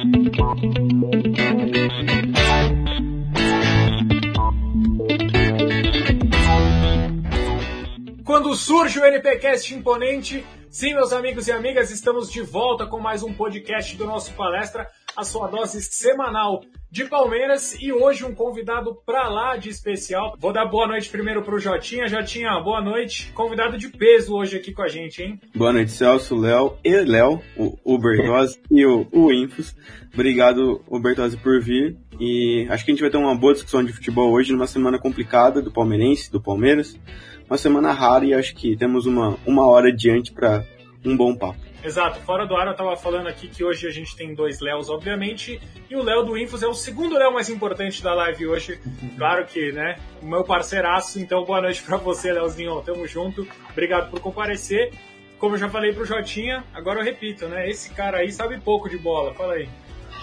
Quando surge o NPcast imponente, sim, meus amigos e amigas, estamos de volta com mais um podcast do nosso Palestra, a sua dose semanal de Palmeiras, e hoje um convidado pra lá de especial. Vou dar boa noite primeiro pro Jotinha. Jotinha, boa noite. Convidado de peso hoje aqui com a gente, hein? Boa noite, Celso, Léo, o Bertozzi e o Infos. Obrigado, o Bertozzi, por vir. E acho que a gente vai ter uma boa discussão de futebol hoje, numa semana complicada do palmeirense, do Palmeiras. Uma semana rara e acho que temos uma hora adiante para um bom papo. Exato, fora do ar eu tava falando aqui que hoje a gente tem dois Léos, obviamente, e o Léo do Infos é o segundo Léo mais importante da live hoje. Claro que, né, o meu parceiraço, então boa noite pra você, Léozinho, tamo junto, obrigado por comparecer. Como eu já falei pro Jotinha, agora eu repito, né, esse cara aí sabe pouco de bola, fala aí.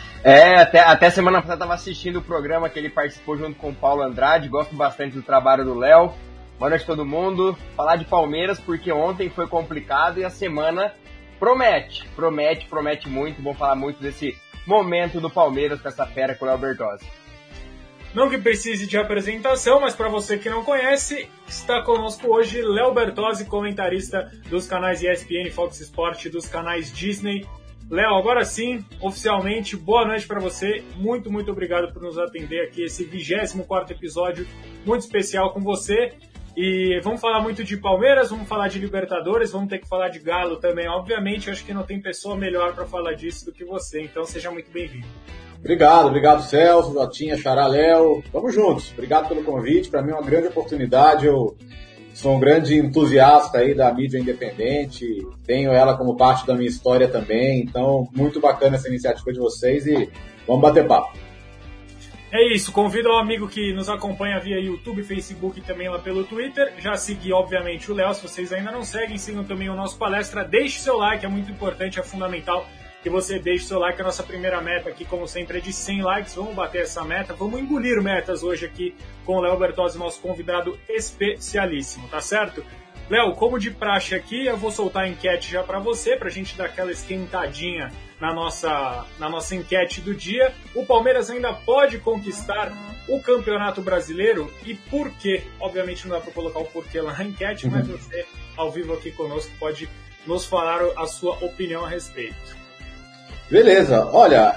Até semana passada eu tava assistindo o programa que ele participou junto com o Paulo Andrade, gosto bastante do trabalho do Léo. Boa noite a todo mundo. Falar de Palmeiras porque ontem foi complicado e a semana promete muito. Vamos falar muito desse momento do Palmeiras com essa fera com o Léo Bertozzi. Não que precise de apresentação, mas para você que não conhece, está conosco hoje Léo Bertozzi, comentarista dos canais ESPN, Fox Sport, dos canais Disney. Léo, agora sim, oficialmente, boa noite para você. Muito obrigado por nos atender aqui, esse 24º episódio muito especial com você. E vamos falar muito de Palmeiras, vamos falar de Libertadores, vamos ter que falar de Galo também. Obviamente, eu acho que não tem pessoa melhor para falar disso do que você, então seja muito bem-vindo. Obrigado Celso, Jotinha, Xará, Léo. Vamos juntos. Obrigado pelo convite, para mim é uma grande oportunidade. Eu sou um grande entusiasta aí da mídia independente, tenho ela como parte da minha história também, então muito bacana essa iniciativa de vocês e vamos bater papo. É isso, convido ao amigo que nos acompanha via YouTube, Facebook e também lá pelo Twitter. Já segui, obviamente, o Léo. Se vocês ainda não seguem, sigam também o nosso Palestra. Deixe seu like, é muito importante, é fundamental que você deixe seu like. A nossa primeira meta aqui, como sempre, é de 100 likes. Vamos bater essa meta, vamos engolir metas hoje aqui com o Léo Bertozzi, nosso convidado especialíssimo, tá certo? Léo, como de praxe aqui, eu vou soltar a enquete já para você, pra gente dar aquela esquentadinha na nossa enquete do dia. O Palmeiras ainda pode conquistar o Campeonato Brasileiro? E por quê? Obviamente não dá para colocar o porquê lá na enquete, mas você, ao vivo aqui conosco, pode nos falar a sua opinião a respeito. Beleza, olha,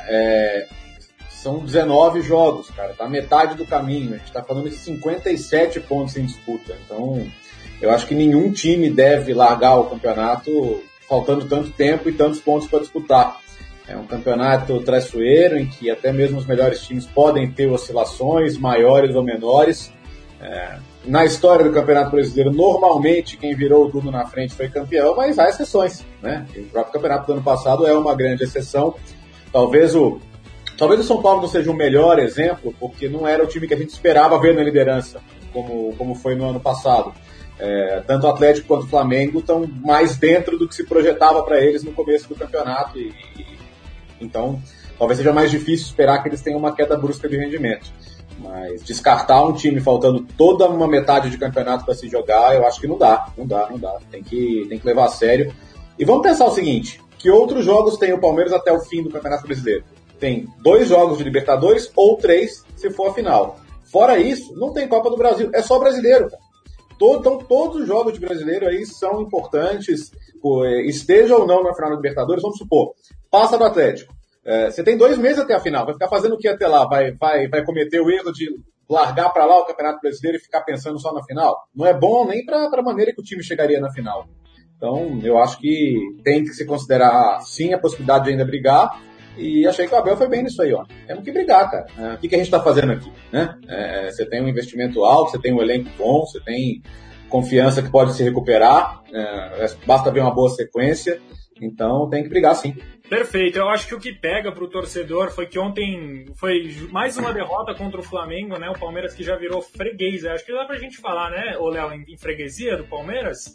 são 19 jogos, cara, tá metade do caminho, a gente tá falando de 57 pontos em disputa, então eu acho que nenhum time deve largar o campeonato faltando tanto tempo e tantos pontos para disputar. É um campeonato traiçoeiro em que até mesmo os melhores times podem ter oscilações maiores ou menores. Na história do Campeonato Brasileiro, normalmente quem virou o turno na frente foi campeão, mas há exceções, né? O próprio campeonato do ano passado é uma grande exceção. Talvez o São Paulo não seja o melhor exemplo, porque não era o time que a gente esperava ver na liderança, como foi no ano passado. Tanto o Atlético quanto o Flamengo estão mais dentro do que se projetava para eles no começo do campeonato então talvez seja mais difícil esperar que eles tenham uma queda brusca de rendimento, mas descartar um time faltando toda uma metade de campeonato para se jogar, eu acho que não dá, tem que levar a sério. E vamos pensar o seguinte, que outros jogos tem o Palmeiras até o fim do Campeonato Brasileiro? Tem 2 jogos de Libertadores ou 3 se for a final. Fora isso, não tem Copa do Brasil, é só brasileiro, cara. Então todos os jogos de brasileiro aí são importantes, esteja ou não na final da Libertadores, vamos supor, passa do Atlético. Você tem 2 meses até a final, vai ficar fazendo o que até lá? Vai cometer o erro de largar para lá o Campeonato Brasileiro e ficar pensando só na final? Não é bom nem para a maneira que o time chegaria na final. Então eu acho que tem que se considerar sim a possibilidade de ainda brigar, e achei que o Abel foi bem nisso aí, ó. Temos que brigar, cara. O que a gente está fazendo aqui, né? Você tem um investimento alto, você tem um elenco bom, você tem confiança que pode se recuperar, basta ver uma boa sequência, então tem que brigar sim. Perfeito, eu acho que o que pega pro torcedor foi que ontem foi mais uma derrota contra o Flamengo, né? O Palmeiras que já virou freguês, acho que dá pra gente falar, né, ô Léo, em freguesia do Palmeiras?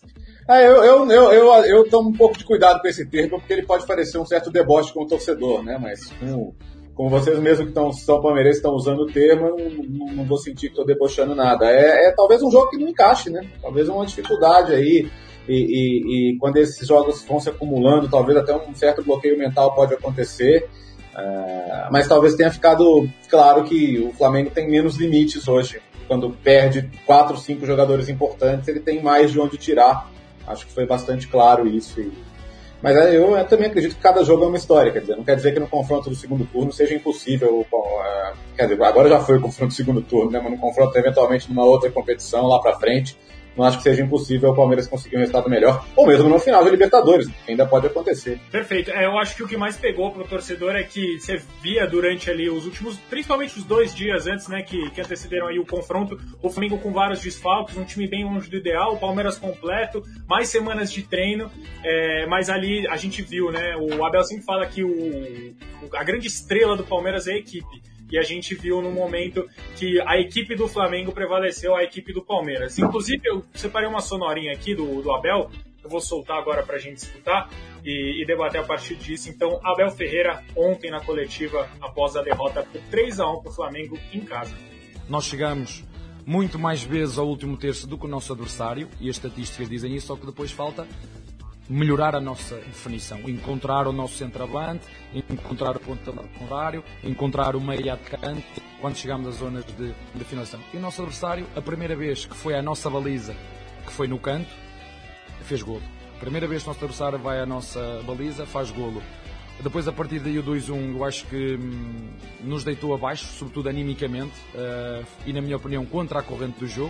Eu tomo um pouco de cuidado com esse termo, porque ele pode parecer um certo deboche com o torcedor, né? Mas como vocês mesmos que são palmeirenses estão usando o termo, eu não vou sentir que estou debochando nada. Talvez um jogo que não encaixe, né? Talvez uma dificuldade aí. E quando esses jogos vão se acumulando, talvez até um certo bloqueio mental pode acontecer. Mas talvez tenha ficado claro que o Flamengo tem menos limites hoje. Quando perde 4, 5 jogadores importantes, ele tem mais de onde tirar. Acho que foi bastante claro isso. Mas eu também acredito que cada jogo é uma história. Quer dizer, não quer dizer que no confronto do segundo turno seja impossível. Quer dizer, agora já foi o confronto do segundo turno, né? Mas no confronto eventualmente numa outra competição lá pra frente, não acho que seja impossível o Palmeiras conseguir um resultado melhor, ou mesmo no final de Libertadores, que ainda pode acontecer. Perfeito. Eu acho que o que mais pegou pro torcedor é que você via durante ali os últimos, principalmente os 2 dias antes, né, que antecederam aí o confronto, o Flamengo com vários desfalques, um time bem longe do ideal, o Palmeiras completo, mais semanas de treino, mas ali a gente viu, né, o Abel sempre fala que a grande estrela do Palmeiras é a equipe. E a gente viu no momento que a equipe do Flamengo prevaleceu à equipe do Palmeiras. Inclusive, eu separei uma sonorinha aqui do Abel, eu vou soltar agora para a gente escutar e debater a partir disso. Então, Abel Ferreira, ontem na coletiva, após a derrota por 3-1 para o Flamengo em casa. Nós chegamos muito mais vezes ao último terço do que o nosso adversário, e as estatísticas dizem isso, só que depois falta melhorar a nossa definição, encontrar o nosso centroavante, encontrar o ponto contrário, encontrar o meio atacante quando chegamos às zonas de finalização. E o nosso adversário, a primeira vez que foi à nossa baliza, que foi no canto, fez golo. A primeira vez que o nosso adversário vai à nossa baliza, faz golo. Depois, a partir daí, o 2-1, eu acho que nos deitou abaixo, sobretudo animicamente, e, na minha opinião, contra a corrente do jogo.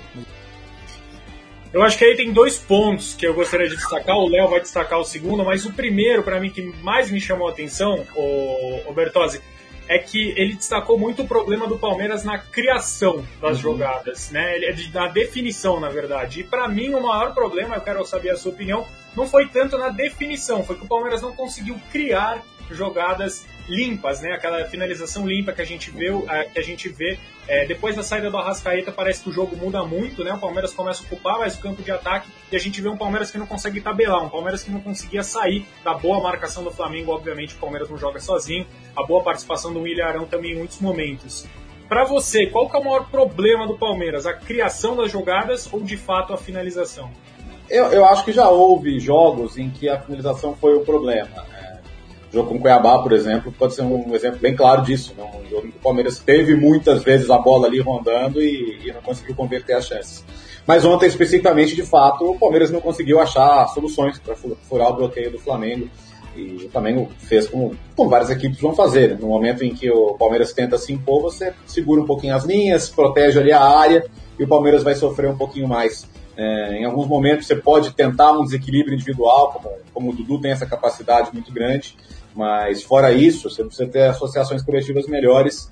Eu acho que aí tem 2 pontos que eu gostaria de destacar. O Léo vai destacar o segundo, mas o primeiro, para mim, que mais me chamou a atenção, o Bertozzi, é que ele destacou muito o problema do Palmeiras na criação das jogadas, né? Na definição, na verdade. E para mim, o maior problema, eu quero saber a sua opinião, não foi tanto na definição, foi que o Palmeiras não conseguiu criar jogadas limpas, né? Aquela finalização limpa que a gente vê depois da saída do Arrascaeta. Parece que o jogo muda muito, né? O Palmeiras começa a ocupar mais o campo de ataque e a gente vê um Palmeiras que não consegue tabelar, um Palmeiras que não conseguia sair da boa marcação do Flamengo. Obviamente o Palmeiras não joga sozinho, a boa participação do William Arão também em muitos momentos. Para você, qual que é o maior problema do Palmeiras? A criação das jogadas ou de fato a finalização? Eu acho que já houve jogos em que a finalização foi o problema. O jogo com o Cuiabá, por exemplo, pode ser um exemplo bem claro disso. Né? Um jogo em que o Palmeiras teve muitas vezes a bola ali rondando e não conseguiu converter as chances. Mas ontem, especificamente, de fato, o Palmeiras não conseguiu achar soluções para furar o bloqueio do Flamengo. E o Flamengo fez como várias equipes vão fazer. Né? No momento em que o Palmeiras tenta se impor, você segura um pouquinho as linhas, protege ali a área e o Palmeiras vai sofrer um pouquinho mais. Em alguns momentos você pode tentar um desequilíbrio individual, como o Dudu tem essa capacidade muito grande, mas fora isso, você precisa ter associações coletivas melhores.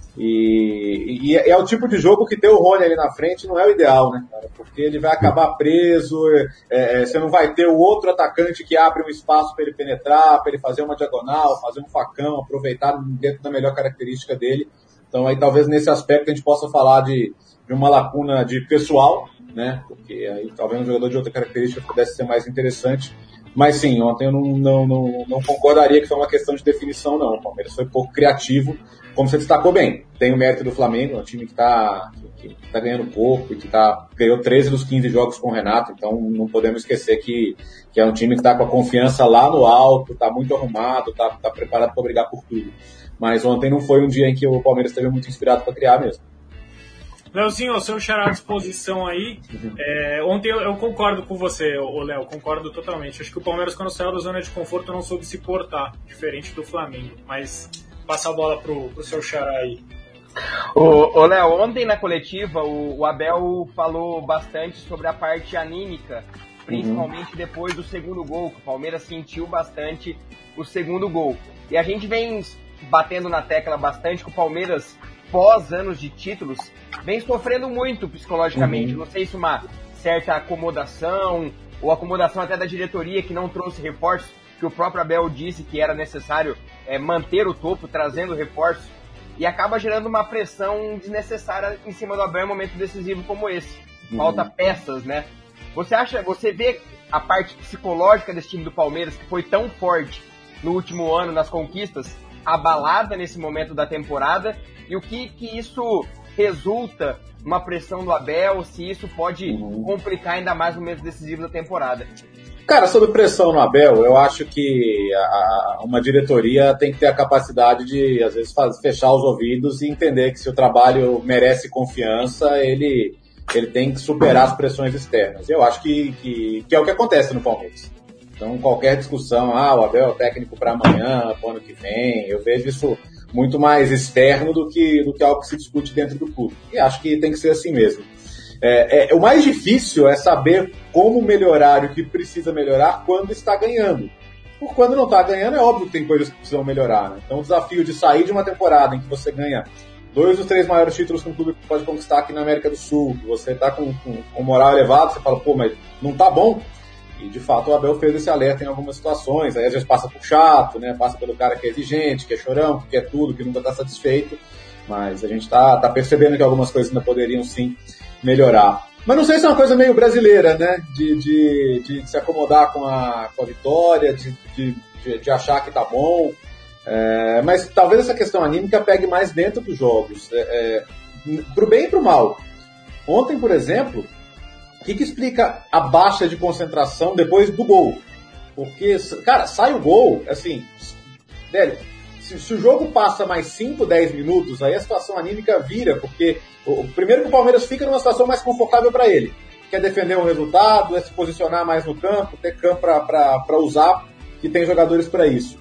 E é o tipo de jogo que ter o Rony ali na frente não é o ideal, né, cara? Porque ele vai acabar preso, você não vai ter o outro atacante que abre um espaço para ele penetrar, para ele fazer uma diagonal, fazer um facão, aproveitar dentro da melhor característica dele. Então aí talvez nesse aspecto a gente possa falar de uma lacuna de pessoal, né? Porque aí talvez um jogador de outra característica pudesse ser mais interessante. Mas sim, ontem eu não concordaria que foi uma questão de definição, não. O Palmeiras foi pouco criativo, como você destacou bem. Tem o mérito do Flamengo, é um time que tá ganhando pouco e que ganhou 13 dos 15 jogos com o Renato, então não podemos esquecer que é um time que está com a confiança lá no alto, está muito arrumado, está preparado para brigar por tudo. Mas ontem não foi um dia em que o Palmeiras esteve muito inspirado para criar mesmo. Leozinho, o seu xará à disposição aí. Ontem eu concordo com você, Léo, concordo totalmente. Acho que o Palmeiras, quando saiu da zona de conforto, não soube se portar, diferente do Flamengo. Mas passa a bola pro seu xará aí. Ô Léo, ontem na coletiva o Abel falou bastante sobre a parte anímica, principalmente depois do segundo gol, que o Palmeiras sentiu bastante o segundo gol. E a gente vem batendo na tecla bastante que o Palmeiras, pós anos de títulos, vem sofrendo muito psicologicamente. Não sei se uma certa acomodação, ou acomodação até da diretoria que não trouxe reforços, que o próprio Abel disse que era necessário manter o topo, trazendo reforços, e acaba gerando uma pressão desnecessária em cima do Abel em um momento decisivo como esse. Falta peças, né? Você vê a parte psicológica desse time do Palmeiras, que foi tão forte no último ano nas conquistas, abalada nesse momento da temporada, e o que isso resulta numa pressão do Abel, se isso pode complicar ainda mais no momento decisivo da temporada? Cara, sobre pressão no Abel, eu acho que uma diretoria tem que ter a capacidade de, às vezes, fechar os ouvidos e entender que se o trabalho merece confiança, ele tem que superar as pressões externas. Eu acho que é o que acontece no Palmeiras. Então, qualquer discussão, o Abel é técnico para amanhã, para o ano que vem, eu vejo isso muito mais externo do que algo que se discute dentro do clube. E acho que tem que ser assim mesmo. O mais difícil é saber como melhorar o que precisa melhorar quando está ganhando. Por quando não está ganhando, é óbvio que tem coisas que precisam melhorar, né? Então o desafio de sair de uma temporada em que você ganha 2 dos 3 maiores títulos que um clube pode conquistar aqui na América do Sul, que você está com moral elevado, você fala, mas não está bom. E de fato o Abel fez esse alerta em algumas situações. Aí às vezes passa por chato, né? Passa pelo cara que é exigente, que é chorão, que quer tudo, que nunca está satisfeito. Mas a gente está percebendo que algumas coisas ainda poderiam sim melhorar. Mas não sei se é uma coisa meio brasileira, né? De se acomodar com a vitória, de achar que tá bom. Mas talvez essa questão anímica pegue mais dentro dos jogos. Pro bem e pro mal. Ontem, por exemplo, o que explica a baixa de concentração depois do gol? Porque, cara, sai o gol, assim, velho, se o jogo passa mais 5, 10 minutos, aí a situação anímica vira, porque primeiro que o Palmeiras fica numa situação mais confortável para ele. Quer defender um resultado, se posicionar mais no campo, ter campo para usar, que tem jogadores para isso.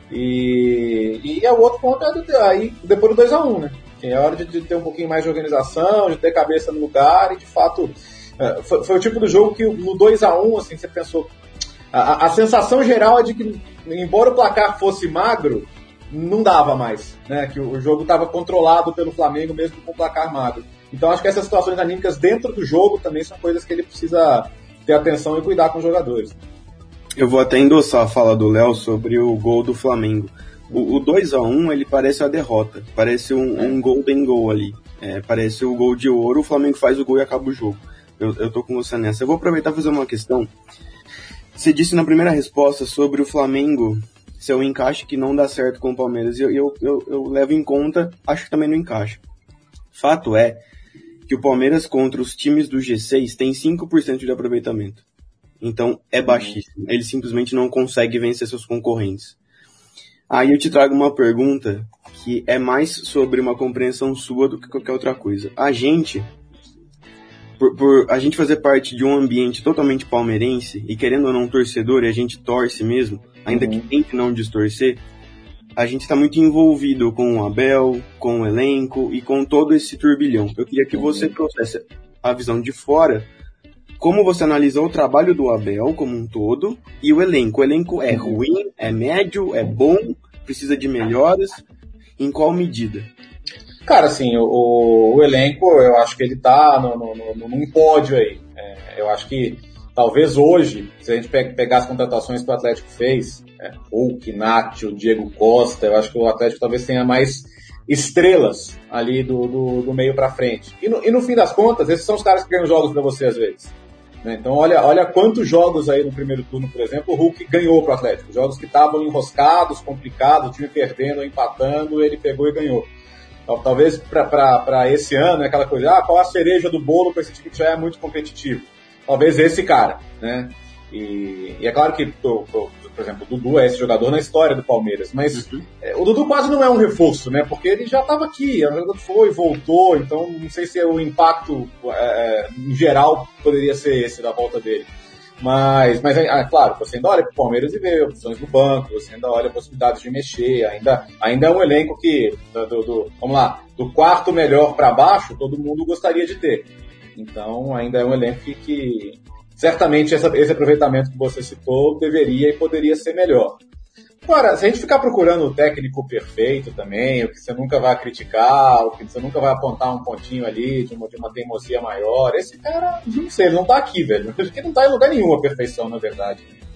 E o outro ponto aí depois do 2-1, né? Que é hora de ter um pouquinho mais de organização, de ter cabeça no lugar, e de fato foi o tipo do jogo que no 2-1, assim, você pensou. A sensação geral é de que, embora o placar fosse magro, não dava mais, né? Que o jogo estava controlado pelo Flamengo mesmo com o placar magro. Então acho que essas situações anímicas dentro do jogo também são coisas que ele precisa ter atenção e cuidar com os jogadores. Eu vou até endossar a fala do Léo sobre o gol do Flamengo. O 2-1 ele parece a derrota, parece um golden goal ali, parece o gol de ouro, o Flamengo faz o gol e acaba o jogo. Eu tô com você nessa. Eu vou aproveitar e fazer uma questão. Você disse na primeira resposta sobre o Flamengo ser um encaixe que não dá certo com o Palmeiras. Eu levo em conta, acho que também não encaixa. Fato é que o Palmeiras contra os times do G6 tem 5% de aproveitamento. Então é baixíssimo. Ele simplesmente não consegue vencer seus concorrentes. Aí eu te trago uma pergunta que é mais sobre uma compreensão sua do que qualquer outra coisa. A gente, por a gente fazer parte de um ambiente totalmente palmeirense, e querendo ou não torcedor, e a gente torce mesmo, ainda que tente não distorcer, a gente está muito envolvido com o Abel, com o elenco e com todo esse turbilhão. Eu queria que você trouxesse a visão de fora, como você analisou o trabalho do Abel como um todo e o elenco. O elenco é ruim, é médio, é bom, precisa de melhoras, em qual medida? Cara, assim, o elenco, eu acho que ele tá num pódio aí. Eu acho que talvez hoje, se a gente pegar as contratações que o Atlético fez, Hulk, Nath, o Diego Costa, eu acho que o Atlético talvez tenha mais estrelas ali do meio pra frente. E no fim das contas, esses são os caras que ganham jogos pra você às vezes. Né? Então olha quantos jogos aí no primeiro turno, por exemplo, o Hulk ganhou pro Atlético. Jogos que estavam enroscados, complicados, o time perdendo ou empatando, ele pegou e ganhou. Então, talvez para esse ano é aquela coisa, qual a cereja do bolo para esse time que já é muito competitivo? Talvez esse cara, né? E é claro que, por exemplo, o Dudu é esse jogador na história do Palmeiras, mas o Dudu quase não é um reforço, né? Porque ele já estava aqui, o jogador foi, voltou, então não sei se o impacto em geral poderia ser esse da volta dele. Mas claro, você ainda olha para o Palmeiras e vê opções no banco, você ainda olha possibilidades de mexer, ainda é um elenco que, vamos lá, do quarto melhor para baixo, todo mundo gostaria de ter. Então ainda é um elenco que certamente esse aproveitamento que você citou deveria e poderia ser melhor. Agora, se a gente ficar procurando o técnico perfeito também, o que você nunca vai criticar, o que você nunca vai apontar um pontinho ali de uma teimosia maior, esse cara, não sei, ele não tá aqui, velho. Porque não tá em lugar nenhum a perfeição, na verdade.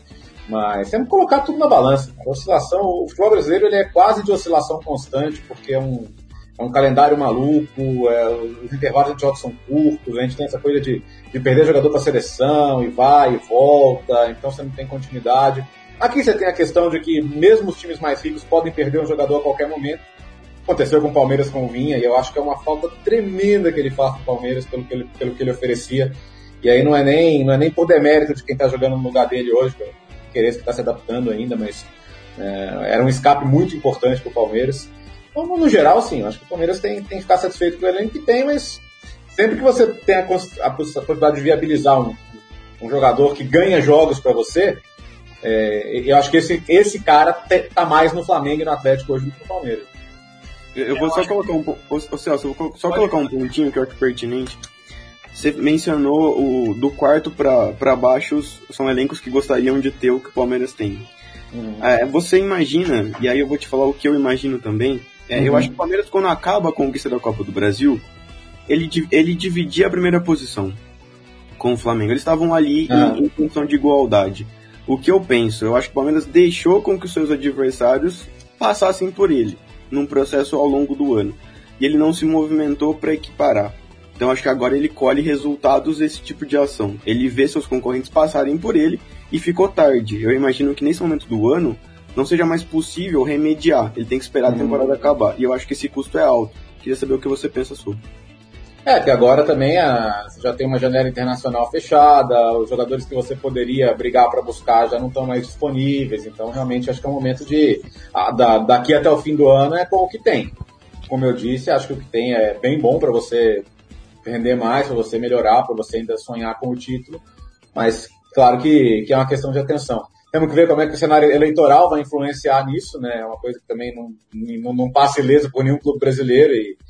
Mas temos que colocar tudo na balança. A oscilação, o futebol brasileiro ele é quase de oscilação constante, porque é um calendário maluco, os intervalos de jogos são curtos, a gente tem essa coisa de perder jogador para seleção, e vai e volta, então você não tem continuidade. Aqui você tem a questão de que mesmo os times mais ricos podem perder um jogador a qualquer momento. Aconteceu com o Palmeiras com o Vinha, e eu acho que é uma falta tremenda que ele faz com o Palmeiras pelo que ele oferecia. E aí não é nem por demérito de quem está jogando no lugar dele hoje, o Queiroz que está se adaptando ainda, mas era um escape muito importante para o Palmeiras. Então, no geral, sim, eu acho que o Palmeiras tem que ficar satisfeito com o elenco que tem, mas sempre que você tem a possibilidade de viabilizar um jogador que ganha jogos para você, eu acho que esse cara tá mais no Flamengo e no Atlético hoje do que no Palmeiras. Eu vou só colocar Celso, eu vou só colocar um pontinho que eu acho pertinente. Você mencionou do quarto para baixo são elencos que gostariam de ter o que o Palmeiras tem. Você imagina, e aí eu vou te falar o que eu imagino também, eu acho que o Palmeiras, quando acaba a conquista da Copa do Brasil, ele dividia a primeira posição com o Flamengo. Eles estavam ali em função de igualdade. O que eu penso? Eu acho que o Palmeiras deixou com que os seus adversários passassem por ele, num processo ao longo do ano. E ele não se movimentou para equiparar. Então acho que agora ele colhe resultados desse tipo de ação. Ele vê seus concorrentes passarem por ele e ficou tarde. Eu imagino que nesse momento do ano não seja mais possível remediar. Ele tem que esperar a temporada acabar. E eu acho que esse custo é alto. Queria saber o que você pensa sobre. Porque agora também você já tem uma janela internacional fechada, os jogadores que você poderia brigar para buscar já não estão mais disponíveis, então realmente acho que é um momento daqui até o fim do ano é com o que tem. Como eu disse, acho que o que tem é bem bom para você render mais, para você melhorar, para você ainda sonhar com o título, mas claro que é uma questão de atenção. Temos que ver como é que o cenário eleitoral vai influenciar nisso, né? É uma coisa que também não passa ileso por nenhum clube brasileiro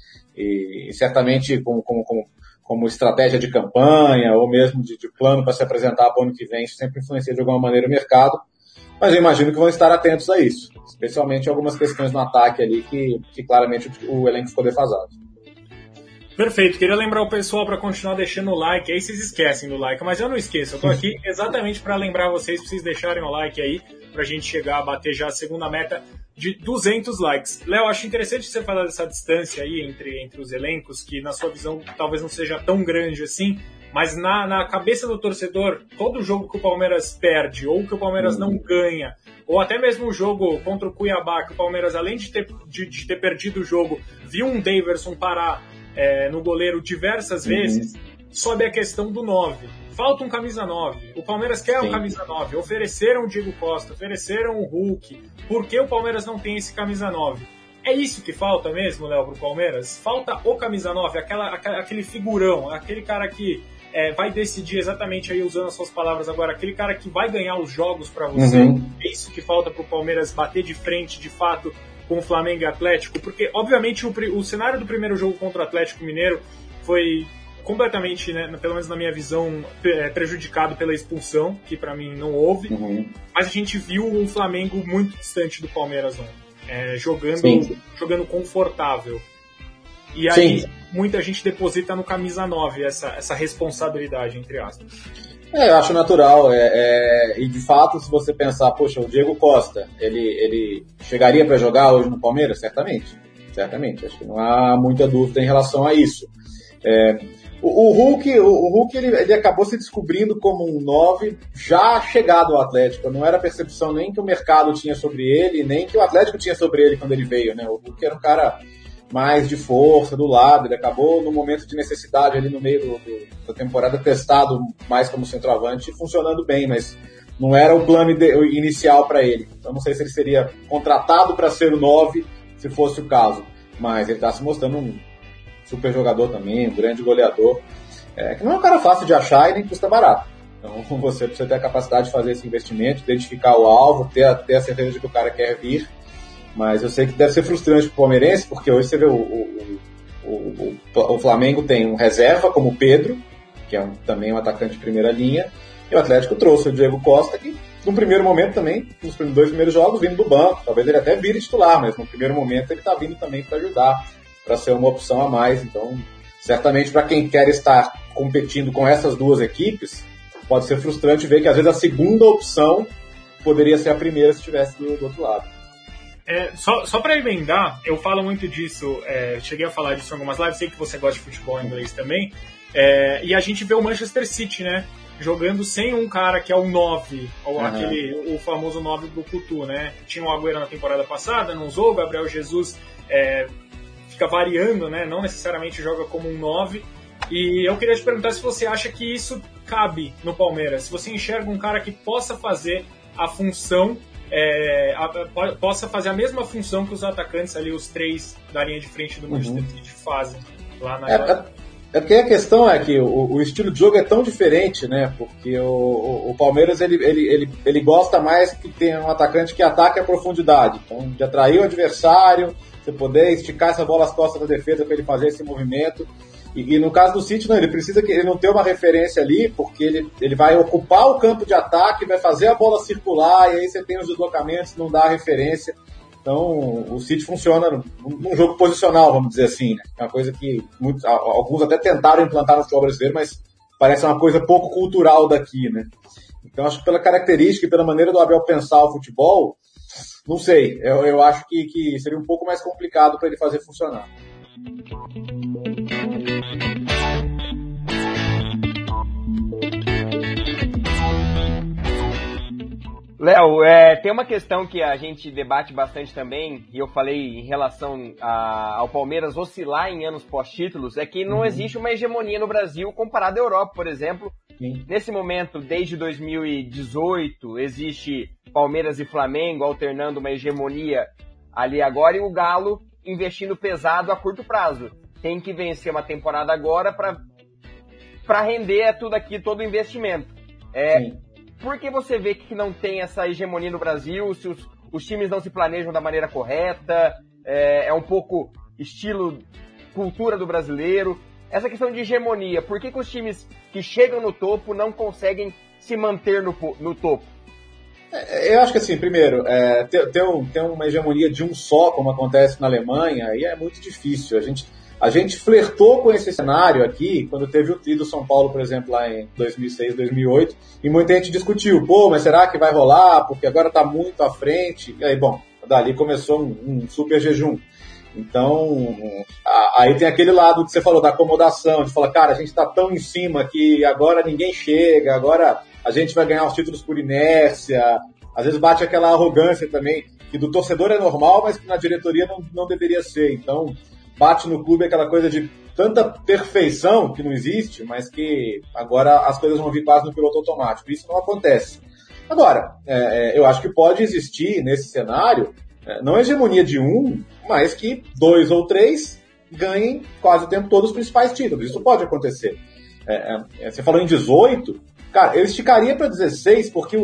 e certamente como estratégia de campanha ou mesmo de plano para se apresentar para o ano que vem, isso sempre influencia de alguma maneira o mercado, mas eu imagino que vão estar atentos a isso, especialmente algumas questões no ataque ali que claramente o elenco ficou defasado. Perfeito, queria lembrar o pessoal para continuar deixando o like, aí vocês esquecem do like, mas eu não esqueço, eu tô aqui exatamente para lembrar vocês, pra vocês deixarem o like aí, pra gente chegar a bater já a segunda meta de 200 likes. Léo, acho interessante você falar dessa distância aí entre os elencos, que na sua visão talvez não seja tão grande assim, mas na cabeça do torcedor, todo jogo que o Palmeiras perde, ou que o Palmeiras não ganha, ou até mesmo o jogo contra o Cuiabá, que o Palmeiras, além de ter perdido o jogo, viu um Daverson parar no goleiro diversas vezes, sobe a questão do 9. Falta um camisa 9. O Palmeiras quer um camisa 9. Ofereceram o Diego Costa, ofereceram o Hulk. Por que o Palmeiras não tem esse camisa 9? É isso que falta mesmo, Léo, pro Palmeiras? Falta o camisa 9, aquele figurão, aquele cara que vai decidir exatamente aí, usando as suas palavras agora, aquele cara que vai ganhar os jogos para você. É isso que falta pro Palmeiras bater de frente, de fato, com o Flamengo e Atlético, porque obviamente o cenário do primeiro jogo contra o Atlético Mineiro foi completamente, né, pelo menos na minha visão, prejudicado pela expulsão, que pra mim não houve, mas a gente viu um Flamengo muito distante do Palmeiras ontem, jogando confortável. E aí muita gente deposita no camisa 9 essa responsabilidade, entre aspas. Eu acho natural, e de fato, se você pensar, poxa, o Diego Costa, ele chegaria para jogar hoje no Palmeiras? Certamente, acho que não há muita dúvida em relação a isso. O Hulk ele acabou se descobrindo como um 9 já chegado ao Atlético, não era percepção nem que o mercado tinha sobre ele, nem que o Atlético tinha sobre ele quando ele veio, né? O Hulk era um cara mais de força, do lado, ele acabou no momento de necessidade ali no meio da temporada testado mais como centroavante e funcionando bem, mas não era o plano inicial para ele. Então não sei se ele seria contratado para ser o 9 se fosse o caso, mas ele está se mostrando um super jogador também, um grande goleador, que não é um cara fácil de achar e nem custa barato. Então você precisa ter a capacidade de fazer esse investimento, identificar o alvo, ter a certeza de que o cara quer vir. Mas eu sei que deve ser frustrante pro palmeirense, porque hoje você vê o Flamengo tem um reserva como o Pedro, que é também um atacante de primeira linha, e o Atlético trouxe o Diego Costa, que no primeiro momento também, nos 2 primeiros jogos, vindo do banco, talvez ele até vire titular, mas no primeiro momento ele está vindo também para ajudar, para ser uma opção a mais. Então, certamente para quem quer estar competindo com essas duas equipes, pode ser frustrante ver que às vezes a segunda opção poderia ser a primeira se estivesse do outro lado. Só para emendar, eu falo muito disso, cheguei a falar disso em algumas lives, sei que você gosta de futebol inglês também, e a gente vê o Manchester City, né, jogando sem um cara que é o 9, ou o famoso 9 do Couto, né, tinha o Agüero na temporada passada, não usou, o Gabriel Jesus fica variando, né, não necessariamente joga como um 9, E eu queria te perguntar se você acha que isso cabe no Palmeiras, se você enxerga um cara que possa fazer a função, possa fazer a mesma função que os atacantes ali, os 3 da linha de frente do Manchester City fazem lá na porque a questão é que o estilo de jogo é tão diferente, né? Porque o Palmeiras ele gosta mais que tenha um atacante que ataque a profundidade, então de atrair o adversário, você poder esticar essa bola às costas da defesa para ele fazer esse movimento. E no caso do City, não, ele precisa que ele não tenha uma referência ali, porque ele vai ocupar o campo de ataque, vai fazer a bola circular, e aí você tem os deslocamentos, não dá a referência. Então, o City funciona num jogo posicional, vamos dizer assim, né? É uma coisa que alguns até tentaram implantar no futebol brasileiro, mas parece uma coisa pouco cultural daqui, né? Então, acho que pela característica e pela maneira do Abel pensar o futebol, não sei, eu acho que seria um pouco mais complicado para ele fazer funcionar. Léo, tem uma questão que a gente debate bastante também, e eu falei em relação ao Palmeiras oscilar em anos pós-títulos, é que não existe uma hegemonia no Brasil comparada à Europa, por exemplo. Sim. Nesse momento, desde 2018, existe Palmeiras e Flamengo alternando uma hegemonia ali agora, e o Galo investindo pesado a curto prazo. Tem que vencer uma temporada agora para render tudo aqui, todo o investimento. Por que você vê que não tem essa hegemonia no Brasil, se os times não se planejam da maneira correta, é um pouco estilo, cultura do brasileiro? Essa questão de hegemonia, por que os times que chegam no topo não conseguem se manter no topo? Eu acho que assim, primeiro, ter uma hegemonia de um só, como acontece na Alemanha, aí é muito difícil. A gente flertou com esse cenário aqui, quando teve o tri do São Paulo, por exemplo, lá em 2006, 2008, e muita gente discutiu, mas será que vai rolar? Porque agora está muito à frente. E aí, bom, dali começou um super jejum. Então, aí tem aquele lado que você falou, da acomodação, de falar, cara, a gente está tão em cima que agora ninguém chega, agora a gente vai ganhar os títulos por inércia. Às vezes bate aquela arrogância também, que do torcedor é normal, mas que na diretoria não deveria ser. Então, bate no clube aquela coisa de tanta perfeição que não existe, mas que agora as coisas vão vir quase no piloto automático. Isso não acontece. Agora, eu acho que pode existir nesse cenário, não a hegemonia de um, mas que 2 ou 3 ganhem quase o tempo todo os principais títulos. Isso pode acontecer. Você falou em 18, cara, eu esticaria para 16, porque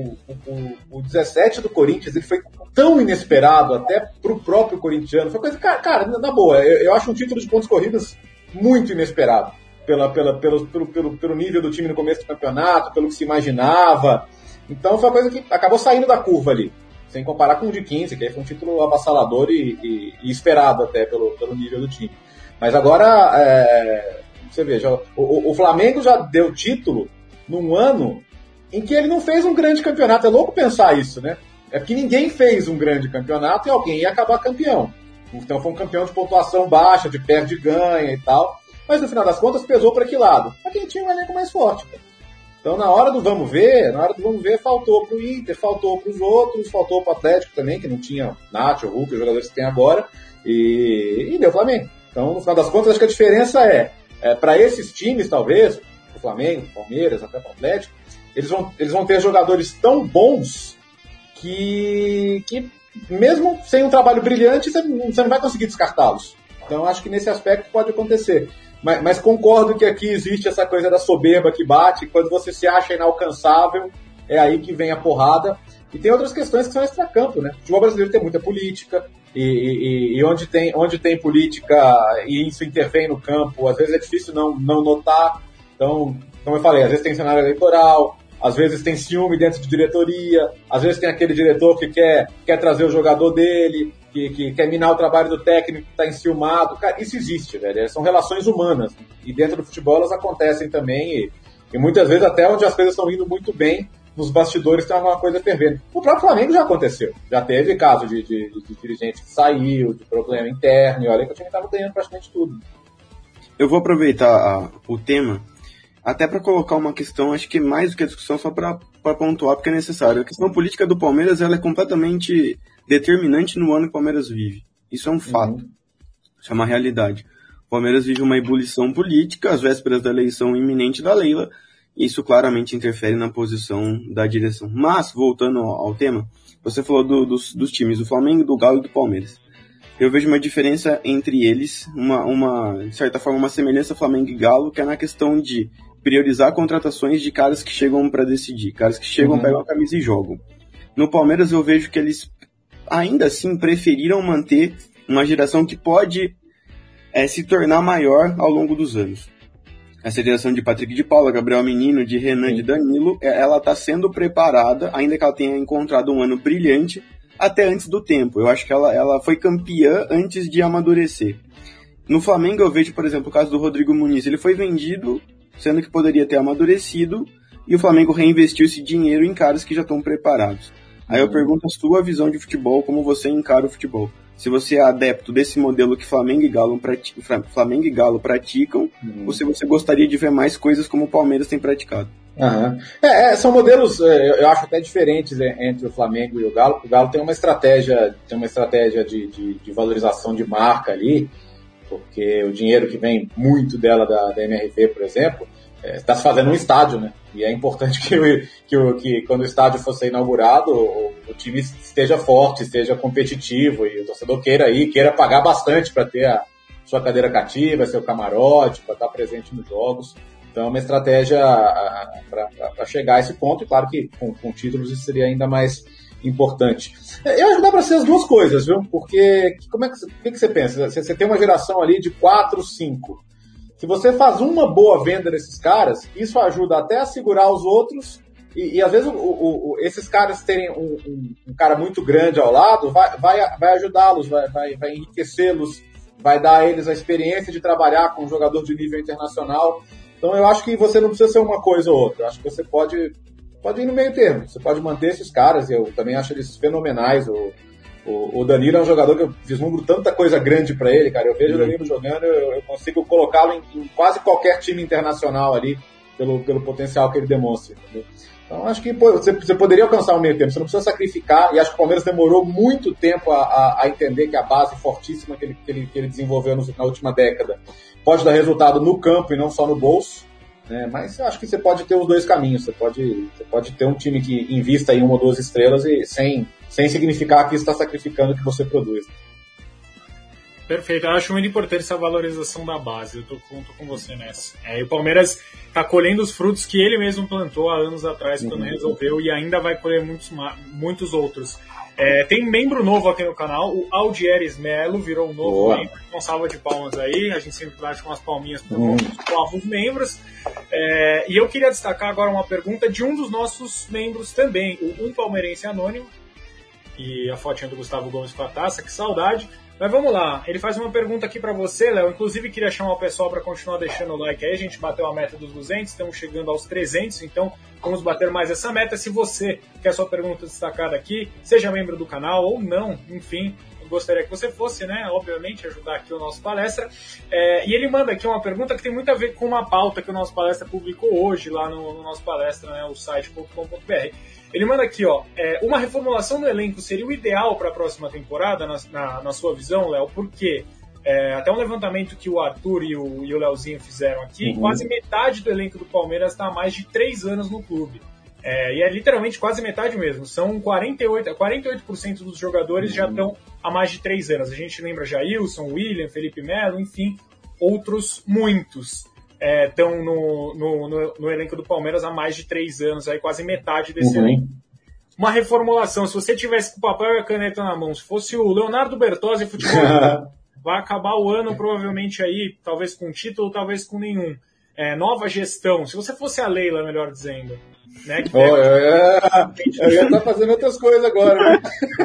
o 17 do Corinthians ele foi tão inesperado até pro próprio corintiano. Foi coisa, cara, na boa, eu acho um título de pontos corridos muito inesperado. Pelo nível do time no começo do campeonato, pelo que se imaginava. Então foi uma coisa que acabou saindo da curva ali. Sem comparar com o de 15, que aí foi um título avassalador e esperado até pelo nível do time. Mas agora, você veja, o Flamengo já deu título num ano em que ele não fez um grande campeonato. É louco pensar isso, né? É porque ninguém fez um grande campeonato e alguém ia acabar campeão. Então foi um campeão de pontuação baixa, de perde e ganha e tal. Mas no final das contas pesou para que lado? Para quem tinha um elenco mais forte. Então na hora do vamos ver, faltou pro Inter, faltou pros outros, faltou pro Atlético também, que não tinha Nacho, Hulk, os jogadores que tem agora, e deu Flamengo. Então no final das contas acho que a diferença para esses times talvez, o Flamengo, o Palmeiras, até o Atlético, eles vão ter jogadores tão bons que mesmo sem um trabalho brilhante, você não vai conseguir descartá-los. Então acho que nesse aspecto pode acontecer. Mas concordo que aqui existe essa coisa da soberba que bate, quando você se acha inalcançável, é aí que vem a porrada. E tem outras questões que são extracampo, né? O futebol brasileiro tem muita política, e onde tem política e isso intervém no campo, às vezes é difícil não notar. Então, como eu falei, às vezes tem cenário eleitoral, às vezes tem ciúme dentro de diretoria, às vezes tem aquele diretor que quer trazer o jogador dele, que quer minar o trabalho do técnico, que está enciumado. Cara, isso existe, velho. São relações humanas. E dentro do futebol elas acontecem também. E muitas vezes até onde as coisas estão indo muito bem, nos bastidores tem alguma coisa fervendo. O próprio Flamengo já aconteceu. Já teve caso de dirigente que saiu, de problema interno. E olha que o time estava ganhando praticamente tudo. Eu vou aproveitar o tema até para colocar uma questão, acho que mais do que a discussão, só para pontuar, porque é necessário. A questão política do Palmeiras ela é completamente determinante no ano que o Palmeiras vive. Isso é um fato. Isso é uma realidade. O Palmeiras vive uma ebulição política às vésperas da eleição iminente da Leila, e isso claramente interfere na posição da direção. Mas, voltando ao tema, você falou dos times, do Flamengo, do Galo e do Palmeiras. Eu vejo uma diferença entre eles, de certa forma, uma semelhança Flamengo e Galo, que é na questão de priorizar contratações de caras que chegam para decidir, caras que chegam, pegam a camisa e jogam. No Palmeiras eu vejo que eles, ainda assim, preferiram manter uma geração que pode se tornar maior ao longo dos anos. Essa geração de Patrick de Paula, Gabriel Menino, de Renan, de Danilo, ela está sendo preparada, ainda que ela tenha encontrado um ano brilhante, até antes do tempo. Eu acho que ela foi campeã antes de amadurecer. No Flamengo eu vejo, por exemplo, o caso do Rodrigo Muniz. Ele foi vendido, sendo que poderia ter amadurecido, e o Flamengo reinvestiu esse dinheiro em caras que já estão preparados. Aí eu pergunto a sua visão de futebol, como você encara o futebol. Se você é adepto desse modelo que Flamengo e Galo praticam, ou se você gostaria de ver mais coisas como o Palmeiras tem praticado. São modelos, eu acho até diferentes entre o Flamengo e o Galo. O Galo tem uma estratégia de valorização de marca ali, porque o dinheiro que vem muito dela da MRV, por exemplo, está se fazendo um estádio, né? E é importante que quando o estádio for ser inaugurado, o time esteja forte, esteja competitivo, e o torcedor queira pagar bastante para ter a sua cadeira cativa, seu camarote, para estar presente nos jogos. Então é uma estratégia para chegar a esse ponto, e claro que com títulos isso seria ainda mais importante. Eu acho que dá para ser as duas coisas, viu? Porque o que você pensa? Você tem uma geração ali de 4, 5. Se você faz uma boa venda desses caras, isso ajuda até a segurar os outros, e às vezes esses caras terem um cara muito grande ao lado vai ajudá-los, vai enriquecê-los, vai dar a eles a experiência de trabalhar com um jogador de nível internacional. Então eu acho que você não precisa ser uma coisa ou outra. Eu acho que você pode ir no meio termo. Você pode manter esses caras, eu também acho eles fenomenais. O Danilo é um jogador que eu vislumbro tanta coisa grande para ele, cara. Eu vejo o Danilo jogando, eu consigo colocá-lo em quase qualquer time internacional ali, pelo potencial que ele demonstra, entendeu? Então acho que você poderia alcançar um meio termo, você não precisa sacrificar, e acho que o Palmeiras demorou muito tempo a entender que a base fortíssima que ele desenvolveu na última década pode dar resultado no campo e não só no bolso, né? Mas eu acho que você pode ter os dois caminhos, você pode ter um time que invista em 1 ou 2 estrelas e sem significar que está sacrificando o que você produz. Perfeito, eu acho muito importante essa valorização da base, eu tô com você nessa. E o Palmeiras está colhendo os frutos que ele mesmo plantou há anos atrás, quando resolveu, e ainda vai colher muitos outros. Tem membro novo aqui no canal, o Aldieres Melo virou um novo membro, com salva de palmas aí, a gente sempre bate com umas palminhas para os novos membros. E eu queria destacar agora uma pergunta de um dos nossos membros também, o Palmeirense Anônimo, e a fotinha do Gustavo Gomes com a taça, que saudade. Mas vamos lá, ele faz uma pergunta aqui para você, Léo. Inclusive queria chamar o pessoal para continuar deixando o like aí. A gente bateu a meta dos 200, estamos chegando aos 300, então vamos bater mais essa meta. Se você quer sua pergunta destacada aqui, seja membro do canal ou não, enfim, eu gostaria que você fosse, né, obviamente, ajudar aqui o nosso palestra. E ele manda aqui uma pergunta que tem muito a ver com uma pauta que o nosso palestra publicou hoje lá no nosso palestra, né, o site.com.br. Ele manda aqui, uma reformulação do elenco seria o ideal para a próxima temporada, na sua visão, Léo? Porque até um levantamento que o Arthur e o Leozinho fizeram aqui, quase metade do elenco do Palmeiras está há mais de 3 anos no clube. E é literalmente quase metade mesmo. São 48% dos jogadores já estão há mais de 3 anos. A gente lembra Jailson, William, Felipe Melo, enfim, outros muitos. Estão no elenco do Palmeiras há mais de 3 anos, aí quase metade desse elenco. Uma reformulação, se você tivesse com o papel e a caneta na mão, se fosse o Leonardo Bertozzi futebol, vai acabar o ano provavelmente aí, talvez com título, talvez com nenhum. Nova gestão, se você fosse a Leila, melhor dizendo, né? Eu ia estar fazendo outras coisas agora, né?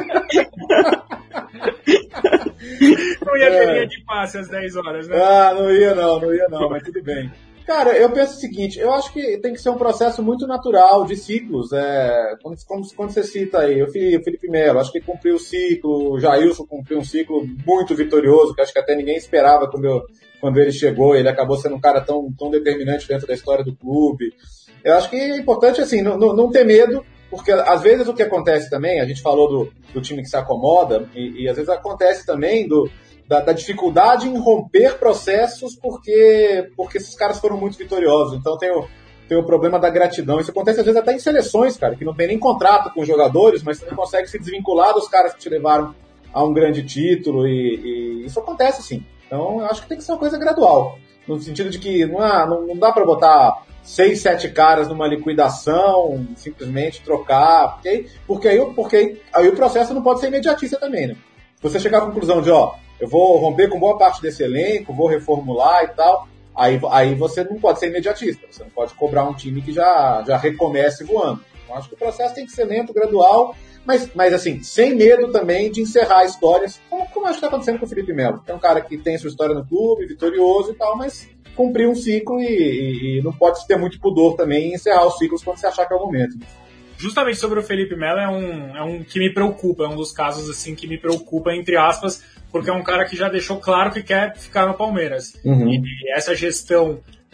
Não ia ter linha de passe às 10 horas, né? Não ia não, mas tudo bem. Cara, eu penso o seguinte, eu acho que tem que ser um processo muito natural, de ciclos. Quando você cita aí o Felipe Melo, acho que cumpriu o ciclo, o Jailson cumpriu um ciclo muito vitorioso, que acho que até ninguém esperava quando ele chegou, ele acabou sendo um cara tão determinante dentro da história do clube. Eu acho que é importante, assim, não ter medo, porque às vezes o que acontece também, a gente falou do time que se acomoda, e às vezes acontece também da dificuldade em romper processos porque esses caras foram muito vitoriosos. Então tem o problema da gratidão. Isso acontece às vezes até em seleções, cara, que não tem nem contrato com os jogadores, mas você não consegue se desvincular dos caras que te levaram a um grande título e isso acontece sim. Então eu acho que tem que ser uma coisa gradual, no sentido de que não dá para botar 6, 7 caras numa liquidação, simplesmente trocar, porque aí o processo não pode ser imediatista também, né? Se você chegar à conclusão de, eu vou romper com boa parte desse elenco, vou reformular e tal, aí você não pode ser imediatista, você não pode cobrar um time que já recomece voando. Então acho que o processo tem que ser lento, gradual, mas assim, sem medo também de encerrar histórias, como acho que está acontecendo com o Felipe Melo. É um cara que tem sua história no clube, vitorioso e tal, mas cumpriu um ciclo e não pode ter muito pudor também em encerrar os ciclos quando você achar que é o momento. Justamente sobre o Felipe Melo é um que me preocupa, é um dos casos assim que me preocupa, entre aspas, porque é um cara que já deixou claro que quer ficar no Palmeiras. Uhum. E essa gestão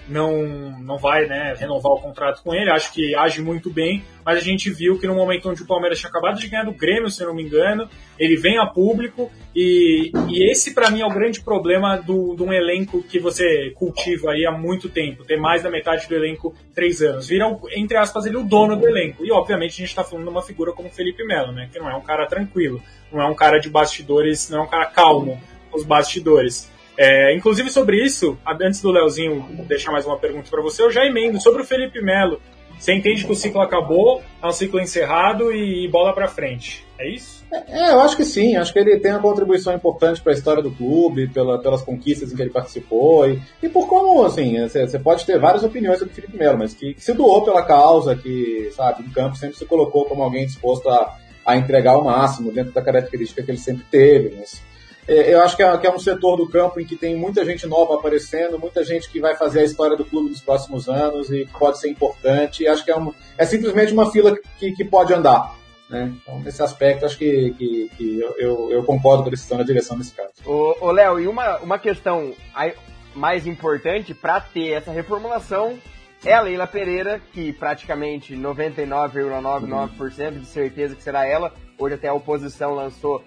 não vai, né, renovar o contrato com ele, acho que age muito bem, mas a gente viu que no momento onde o Palmeiras tinha acabado de ganhar do Grêmio, se eu não me engano, ele vem a público e esse pra mim é o grande problema de um elenco que você cultiva aí há muito tempo, ter mais da metade do elenco 3 anos, vira, entre aspas, ele o dono do elenco, e obviamente a gente tá falando de uma figura como o Felipe Melo, né, que não é um cara tranquilo, não é um cara de bastidores, não é um cara calmo nos bastidores. Inclusive sobre isso, antes do Leozinho deixar mais uma pergunta para você, eu já emendo sobre o Felipe Melo. Você entende que o ciclo acabou, é um ciclo encerrado e bola para frente, é isso? Eu acho que sim, acho que ele tem uma contribuição importante para a história do clube, pelas conquistas em que ele participou e por como, assim, você pode ter várias opiniões sobre o Felipe Melo, mas que se doou pela causa, que, sabe, em campo sempre se colocou como alguém disposto a entregar o máximo dentro da característica que ele sempre teve, mas eu acho que é um setor do campo em que tem muita gente nova aparecendo, muita gente que vai fazer a história do clube nos próximos anos e que pode ser importante. E acho que é simplesmente uma fila que pode andar, né? Então, nesse aspecto, acho que eu concordo com a decisão da direção nesse caso. Ô Léo, e uma questão mais importante para ter essa reformulação é a Leila Pereira, que praticamente 99,99% de certeza que será ela. Hoje até a oposição lançou...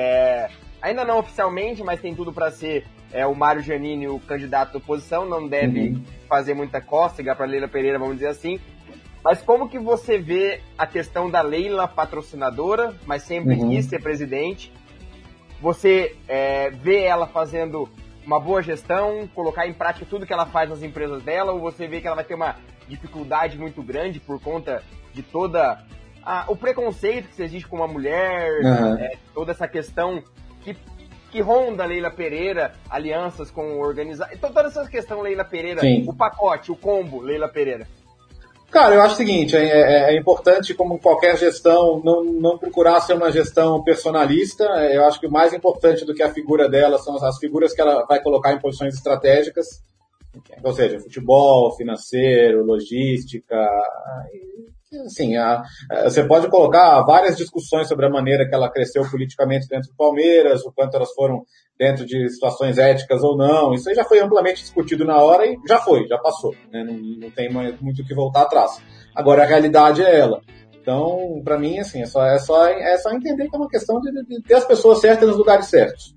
ainda não oficialmente, mas tem tudo para ser o Mário Giannini, o candidato da oposição, não deve fazer muita cócega para Leila Pereira, vamos dizer assim. Mas como que você vê a questão da Leila patrocinadora, mas sempre quis ser presidente? Você vê ela fazendo uma boa gestão, colocar em prática tudo que ela faz nas empresas dela, ou você vê que ela vai ter uma dificuldade muito grande por conta de toda o preconceito que existe com uma mulher, toda essa questão que ronda a Leila Pereira, alianças com organizações, então toda essa questão Leila Pereira, sim. O pacote, o combo Leila Pereira? Cara, eu acho o seguinte, é importante, como qualquer gestão, não procurar ser uma gestão personalista. Eu acho que o mais importante do que a figura dela são as figuras que ela vai colocar em posições estratégicas, ou seja, futebol, financeiro, logística. Assim, você pode colocar várias discussões sobre a maneira que ela cresceu politicamente dentro do Palmeiras, o quanto elas foram dentro de situações éticas ou não. Isso aí já foi amplamente discutido na hora e já passou, né? Não tem muito o que voltar atrás. Agora a realidade é ela. Então, para mim, assim, é só entender que é uma questão de ter as pessoas certas nos lugares certos.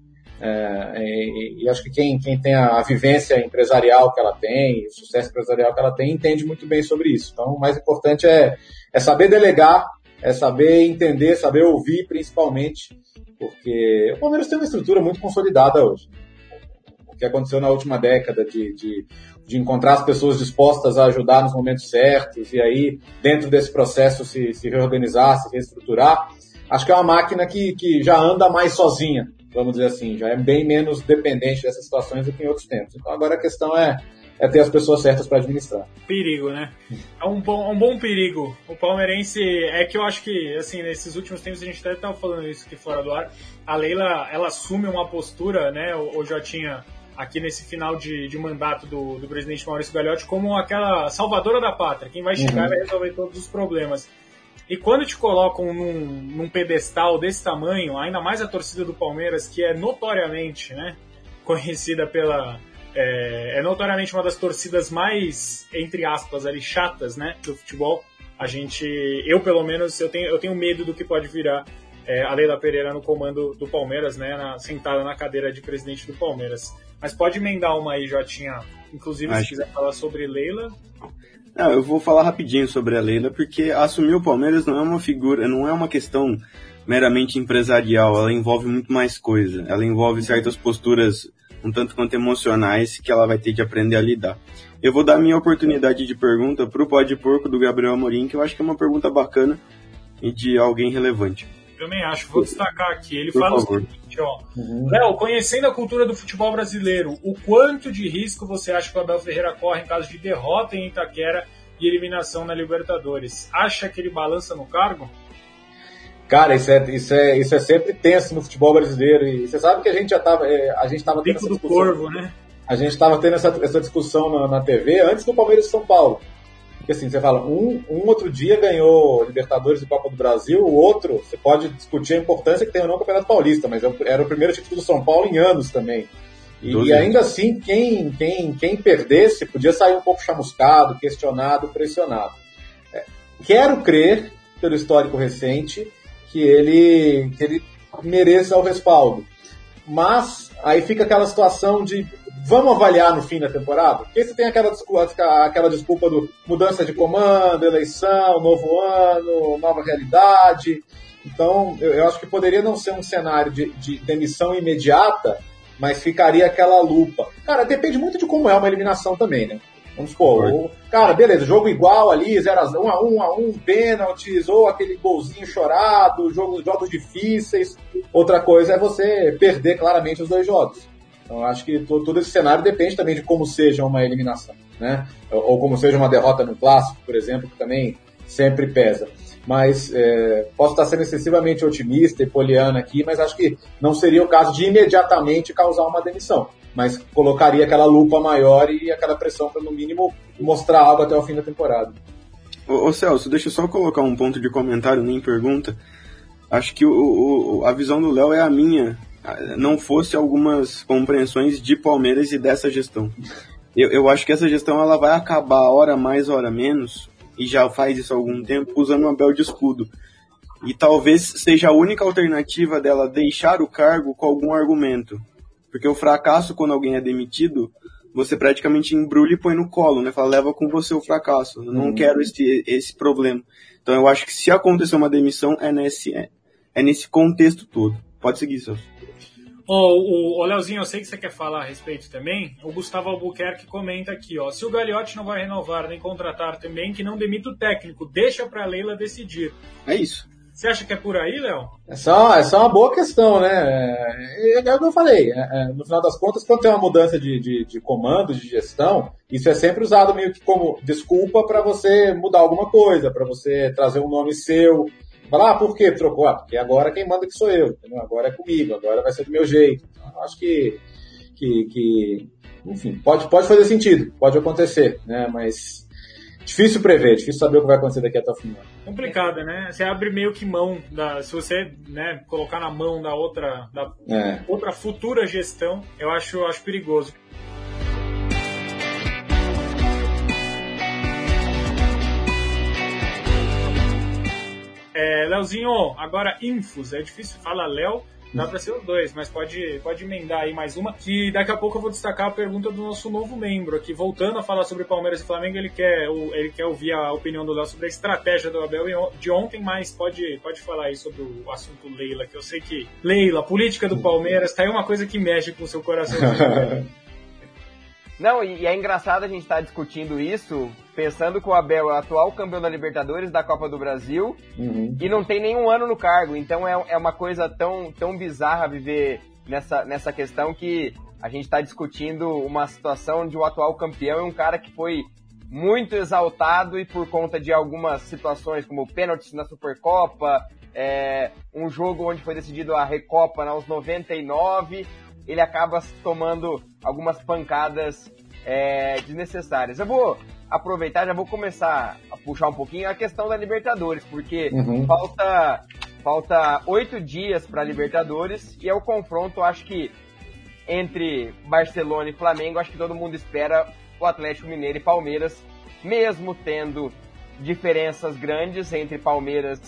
E acho que quem tem a vivência empresarial que ela tem, o sucesso empresarial que ela tem, entende muito bem sobre isso. Então, o mais importante é saber delegar, é saber entender, saber ouvir, principalmente, porque o Palmeiras tem uma estrutura muito consolidada hoje. O que aconteceu na última década de encontrar as pessoas dispostas a ajudar nos momentos certos e aí, dentro desse processo, se reorganizar, se reestruturar, acho que é uma máquina que já anda mais sozinha, vamos dizer assim, já é bem menos dependente dessas situações do que em outros tempos. Então agora a questão é ter as pessoas certas para administrar. Perigo, né? É um bom perigo. O palmeirense, que eu acho que, assim, nesses últimos tempos, a gente até estava falando isso aqui fora do ar, a Leila, ela assume uma postura, né, ou já tinha aqui nesse final de mandato do presidente Maurício Gagliotti, como aquela salvadora da pátria, quem vai chegar vai resolver todos os problemas. E quando te colocam num pedestal desse tamanho, ainda mais a torcida do Palmeiras, que é notoriamente, né, conhecida pela... É notoriamente uma das torcidas mais, entre aspas, ali, chatas, né, do futebol. Eu pelo menos, eu tenho medo do que pode virar a Leila Pereira no comando do Palmeiras, né, sentada na cadeira de presidente do Palmeiras. Mas pode emendar uma aí, Jotinha. Inclusive, se quiser falar sobre Leila... Não, eu vou falar rapidinho sobre a Leila, porque assumir o Palmeiras não é uma figura, não é uma questão meramente empresarial, ela envolve muito mais coisa. Ela envolve certas posturas um tanto quanto emocionais que ela vai ter que aprender a lidar. Eu vou dar minha oportunidade de pergunta pro Pó de Porco do Gabriel Amorim, que eu acho que é uma pergunta bacana e de alguém relevante. Também acho, vou destacar aqui. Ele fala o seguinte, ó. Léo, conhecendo a cultura do futebol brasileiro, o quanto de risco você acha que o Abel Ferreira corre em caso de derrota em Itaquera e eliminação na Libertadores? Acha que ele balança no cargo? Cara, isso é sempre tenso no futebol brasileiro. E você sabe que a gente já estava tendo essa discussão. Corvo, né? A gente estava tendo essa discussão na TV antes do Palmeiras e São Paulo. Porque assim, você fala, um outro dia ganhou Libertadores e Copa do Brasil, o outro, você pode discutir a importância que tem ou não o Campeonato Paulista, mas era o primeiro título do São Paulo em anos também. E ainda assim, quem perdesse podia sair um pouco chamuscado, questionado, pressionado. Quero crer, pelo histórico recente, que ele mereça o respaldo. Mas aí fica aquela situação de vamos avaliar no fim da temporada? Porque você tem aquela desculpa do mudança de comando, eleição, novo ano, nova realidade. Então, eu acho que poderia não ser um cenário de demissão imediata, mas ficaria aquela lupa. Cara, depende muito de como é uma eliminação também, né? Vamos supor, cara, beleza, jogo igual ali, 1-1, pênaltis, ou aquele golzinho chorado, jogos difíceis. Outra coisa é você perder claramente os 2 jogos. Então, eu acho que todo esse cenário depende também de como seja uma eliminação, né? Ou como seja uma derrota no clássico, por exemplo, que também sempre pesa. Mas posso estar sendo excessivamente otimista e poliana aqui, mas acho que não seria o caso de imediatamente causar uma demissão. Mas colocaria aquela lupa maior e aquela pressão para, no mínimo, mostrar algo até o fim da temporada. Ô Celso, deixa eu só colocar um ponto de comentário, nem pergunta. Acho que a visão do Léo é a minha, não fosse algumas compreensões de Palmeiras e dessa gestão. Eu acho que essa gestão ela vai acabar hora mais, hora menos, e já faz isso há algum tempo, usando o Abel de escudo. E talvez seja a única alternativa dela deixar o cargo com algum argumento. Porque o fracasso, quando alguém é demitido, você praticamente embrulha e põe no colo, né? Fala, leva com você o fracasso. Eu não quero esse problema. Então eu acho que se acontecer uma demissão, é nesse contexto todo. Pode seguir, Celso. Ô, Leozinho, eu sei que você quer falar a respeito também. O Gustavo Albuquerque comenta aqui, ó. Se o Gagliotti não vai renovar nem contratar também, que não demita o técnico. Deixa pra Leila decidir. É isso. Você acha que é por aí, Léo? É só uma boa questão, né? É o que eu falei. No final das contas, quando tem uma mudança de comando, de gestão, isso é sempre usado meio que como desculpa para você mudar alguma coisa, para você trazer um nome seu. Falar, por que trocou? Porque agora quem manda que sou eu. Entendeu? Agora é comigo, agora vai ser do meu jeito. Então, acho que enfim, pode fazer sentido, pode acontecer, né? Mas difícil prever, difícil saber o que vai acontecer daqui até o final. Complicado, né? Você abre meio que mão se você, né, colocar na mão da outra futura gestão, eu acho perigoso. Leozinho, agora Infos, é difícil falar Léo, dá pra ser os dois, mas pode emendar aí mais uma, que daqui a pouco eu vou destacar a pergunta do nosso novo membro aqui, voltando a falar sobre Palmeiras e Flamengo, ele quer ouvir a opinião do Léo sobre a estratégia do Abel de ontem, mas pode falar aí sobre o assunto Leila, que eu sei que Leila, política do Palmeiras, tá aí uma coisa que mexe com o seu coração. Não, e é engraçado a gente estar discutindo isso, pensando que o Abel é o atual campeão da Libertadores, da Copa do Brasil, e não tem nenhum ano no cargo. Então é uma coisa tão bizarra viver nessa questão que a gente está discutindo uma situação de um atual campeão e um cara que foi muito exaltado e por conta de algumas situações como pênaltis na Supercopa, um jogo onde foi decidido a Recopa aos 99, ele acaba tomando algumas pancadas desnecessárias. Eu vou aproveitar, já vou começar a puxar um pouquinho a questão da Libertadores, porque falta 8 dias para a Libertadores e é o confronto, acho que entre Barcelona e Flamengo, acho que todo mundo espera o Atlético Mineiro e Palmeiras, mesmo tendo diferenças grandes entre Palmeiras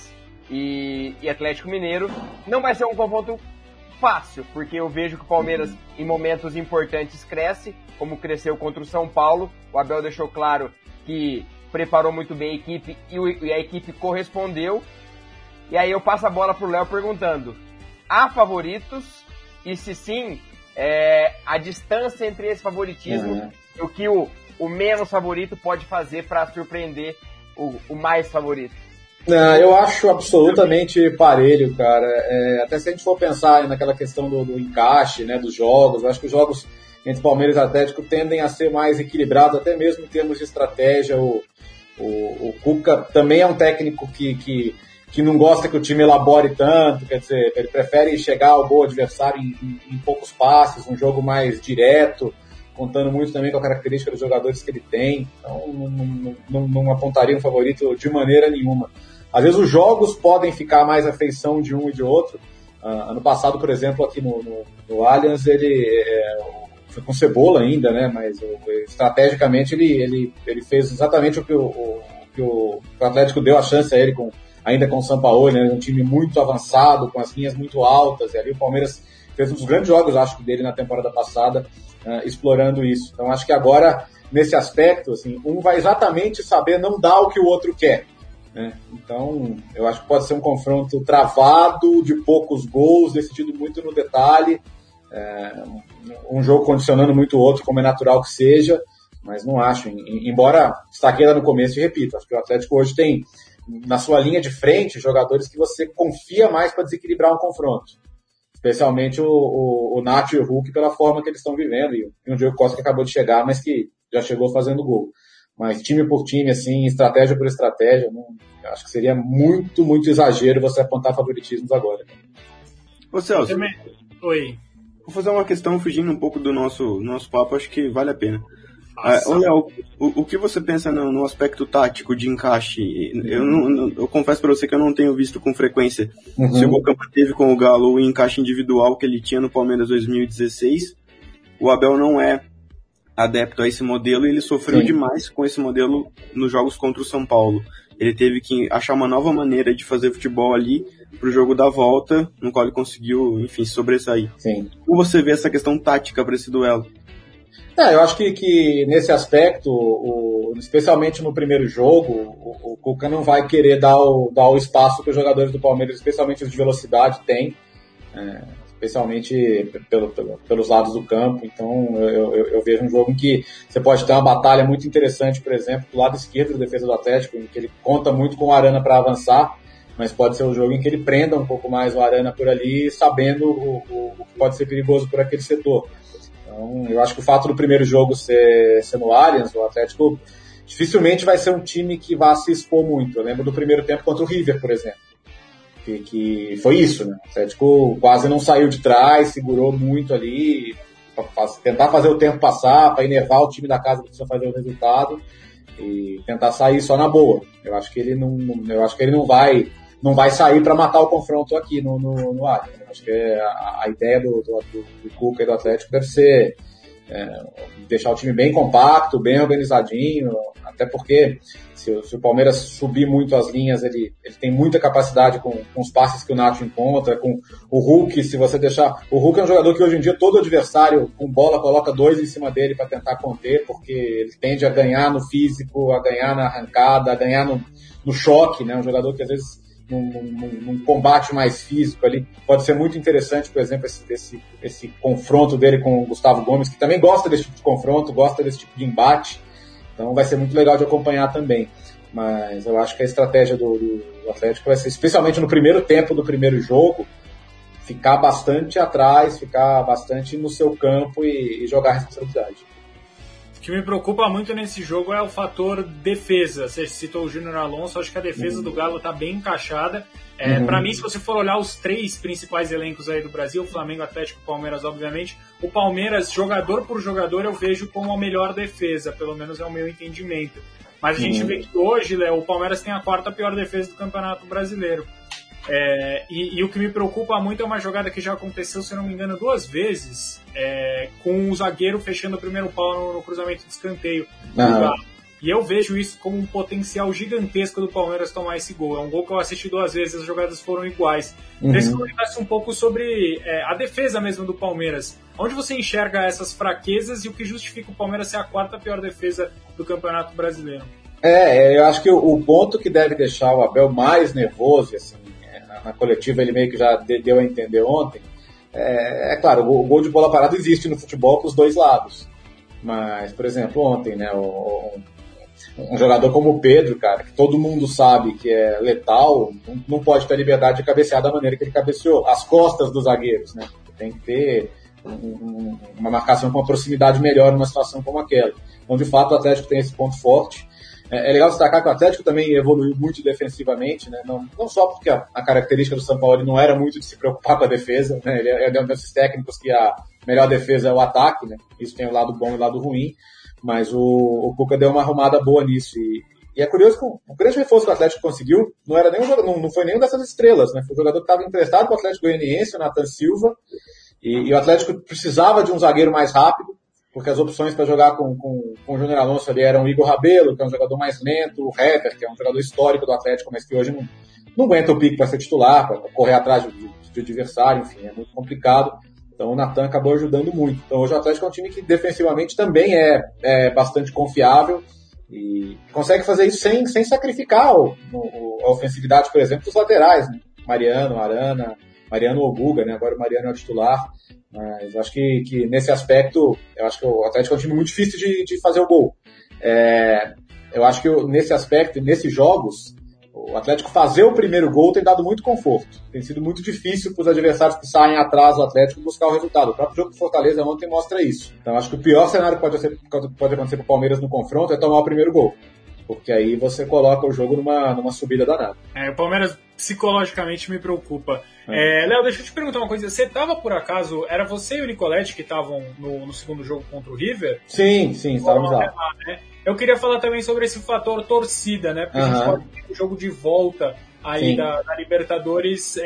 e Atlético Mineiro. Não vai ser um confronto fácil, porque eu vejo que o Palmeiras em momentos importantes cresce, como cresceu contra o São Paulo. O Abel deixou claro que preparou muito bem a equipe e a equipe correspondeu. E aí eu passo a bola pro Léo perguntando: há favoritos? E se sim, a distância entre esse favoritismo e o que o menos favorito pode fazer para surpreender o mais favorito? Não, eu acho absolutamente parelho, cara. Até se a gente for pensar naquela questão do encaixe, né, dos jogos, eu acho que os jogos entre Palmeiras e Atlético tendem a ser mais equilibrados, até mesmo em termos de estratégia. O Cuca também é um técnico que não gosta que o time elabore tanto, quer dizer, ele prefere chegar ao gol adversário em poucos passes, um jogo mais direto, contando muito também com a característica dos jogadores que ele tem. Então, não apontaria um favorito de maneira nenhuma. Às vezes os jogos podem ficar mais à feição de um e de outro. Ano passado, por exemplo, aqui no Allianz, ele foi com Cebola ainda, né? Mas estrategicamente ele fez exatamente o que o Atlético deu a chance a ele, ainda com o Sampaoli, né? Um time muito avançado, com as linhas muito altas. E ali o Palmeiras fez um dos grandes jogos, acho, dele na temporada passada, explorando isso. Então acho que agora, nesse aspecto, assim, um vai exatamente saber não dar o que o outro quer. Então, eu acho que pode ser um confronto travado, de poucos gols, decidido muito no detalhe, um jogo condicionando muito o outro, como é natural que seja, mas não acho, embora destaquei lá no começo e repito, acho que o Atlético hoje tem, na sua linha de frente, jogadores que você confia mais para desequilibrar um confronto, especialmente o Nacho e o Hulk, pela forma que eles estão vivendo, e um Diego Costa que acabou de chegar, mas que já chegou fazendo gol. Mas time por time, assim, estratégia por estratégia, acho que seria muito, muito exagero você apontar favoritismos agora. Ô Celso, Oi. Vou fazer uma questão fugindo um pouco do nosso papo, acho que vale a pena. Ô Léo, o que você pensa no aspecto tático de encaixe? Eu confesso para você que eu não tenho visto com frequência se o Boca teve com o Galo o encaixe individual que ele tinha no Palmeiras 2016. O Abel não é adepto a esse modelo e ele sofreu demais com esse modelo nos jogos contra o São Paulo. Ele teve que achar uma nova maneira de fazer futebol ali pro jogo da volta, no qual ele conseguiu, enfim, sobressair. Sim. Como você vê essa questão tática para esse duelo? Eu acho que nesse aspecto, especialmente no primeiro jogo, o Cuca não vai querer dar o espaço que os jogadores do Palmeiras, especialmente os de velocidade, têm, especialmente pelos lados do campo. Então eu vejo um jogo em que você pode ter uma batalha muito interessante, por exemplo, do lado esquerdo da defesa do Atlético, em que ele conta muito com o Arana para avançar, mas pode ser um jogo em que ele prenda um pouco mais o Arana por ali, sabendo o que pode ser perigoso por aquele setor. Então eu acho que o fato do primeiro jogo ser no Allianz, o Atlético dificilmente vai ser um time que vá se expor muito. Eu lembro do primeiro tempo contra o River, por exemplo, que foi isso, né? O Atlético quase não saiu de trás, segurou muito ali, para tentar fazer o tempo passar, para enervar o time da casa que precisa fazer o resultado e tentar sair só na boa. Eu acho que ele não vai sair para matar o confronto aqui no Allianz. Eu acho que a ideia do Cuca e do Atlético deve ser deixar o time bem compacto, bem organizadinho, até porque se o Palmeiras subir muito as linhas, ele tem muita capacidade com os passes que o Nacho encontra, com o Hulk, se você deixar... O Hulk é um jogador que hoje em dia todo adversário com bola coloca dois em cima dele para tentar conter, porque ele tende a ganhar no físico, a ganhar na arrancada, a ganhar no choque, né? Um jogador que às vezes num combate mais físico ali, pode ser muito interessante, por exemplo, esse confronto dele com o Gustavo Gomes, que também gosta desse tipo de confronto, gosta desse tipo de embate, então vai ser muito legal de acompanhar também. Mas eu acho que a estratégia do Atlético vai ser, especialmente no primeiro tempo do primeiro jogo, ficar bastante atrás, ficar bastante no seu campo e jogar a responsabilidade. O que me preocupa muito nesse jogo é o fator defesa. Você citou o Júnior Alonso, acho que a defesa do Galo está bem encaixada. Para mim, se você for olhar os três principais elencos aí do Brasil, Flamengo, Atlético e Palmeiras, obviamente, o Palmeiras, jogador por jogador, eu vejo como a melhor defesa, pelo menos é o meu entendimento. Mas a gente vê que hoje, Léo, o Palmeiras tem a quarta pior defesa do Campeonato Brasileiro. E o que me preocupa muito é uma jogada que já aconteceu, se eu não me engano, 2 vezes, com o zagueiro fechando o primeiro pau no cruzamento de escanteio do Galo. E eu vejo isso como um potencial gigantesco do Palmeiras tomar esse gol. É um gol que eu assisti 2 vezes, as jogadas foram iguais. Queria que você comentasse um pouco sobre a defesa mesmo do Palmeiras. Onde você enxerga essas fraquezas e o que justifica o Palmeiras ser a 4ª pior defesa do Campeonato Brasileiro? Eu acho que o ponto que deve deixar o Abel mais nervoso, assim, na coletiva ele meio que já deu a entender ontem, claro, o gol de bola parada existe no futebol para os dois lados. Mas, por exemplo, ontem, né, um jogador como o Pedro, cara, que todo mundo sabe que é letal, não pode ter a liberdade de cabecear da maneira que ele cabeceou, às costas dos zagueiros, né? Tem que ter uma marcação com uma proximidade melhor numa situação como aquela. Então, de fato, o Atlético tem esse ponto forte. É legal destacar que o Atlético também evoluiu muito defensivamente, né? Não só porque a característica do São Paulo não era muito de se preocupar com a defesa, né? Ele é um desses técnicos que a melhor defesa é o ataque, né? Isso tem o lado bom e o lado ruim, mas o Cuca deu uma arrumada boa nisso. E é curioso que o grande reforço que o Atlético conseguiu não foi nenhum dessas estrelas, né? Foi um jogador que estava emprestado para o Atlético Goianiense, o Nathan Silva, e o Atlético precisava de um zagueiro mais rápido, porque as opções para jogar com o Júnior Alonso ali eram o Igor Rabelo, que é um jogador mais lento, o Hever, que é um jogador histórico do Atlético, mas que hoje não aguenta o pique para ser titular, para correr atrás de adversário, enfim, é muito complicado. Então o Nathan acabou ajudando muito. Então hoje o Atlético é um time que defensivamente também é bastante confiável e consegue fazer isso sem sacrificar a ofensividade, por exemplo, dos laterais, né? Mariano, Arana, Mariano ou Guga, né? Agora o Mariano é o titular. Mas eu acho que nesse aspecto, eu acho que o Atlético é um time muito difícil de fazer o gol. Eu acho que nesse aspecto, nesses jogos, o Atlético fazer o primeiro gol tem dado muito conforto. Tem sido muito difícil para os adversários que saem atrás do Atlético buscar o resultado. O próprio jogo do Fortaleza ontem mostra isso. Então acho que o pior cenário que pode acontecer para o Palmeiras no confronto é tomar o primeiro gol. Porque aí você coloca o jogo numa subida danada. O Palmeiras psicologicamente me preocupa. Léo, deixa eu te perguntar uma coisa. Você estava, por acaso, era você e o Nicoletti que estavam no segundo jogo contra o River? Sim, estávamos lá. Né? Eu queria falar também sobre esse fator torcida, né? Porque a gente pode ter o jogo de volta aí da Libertadores,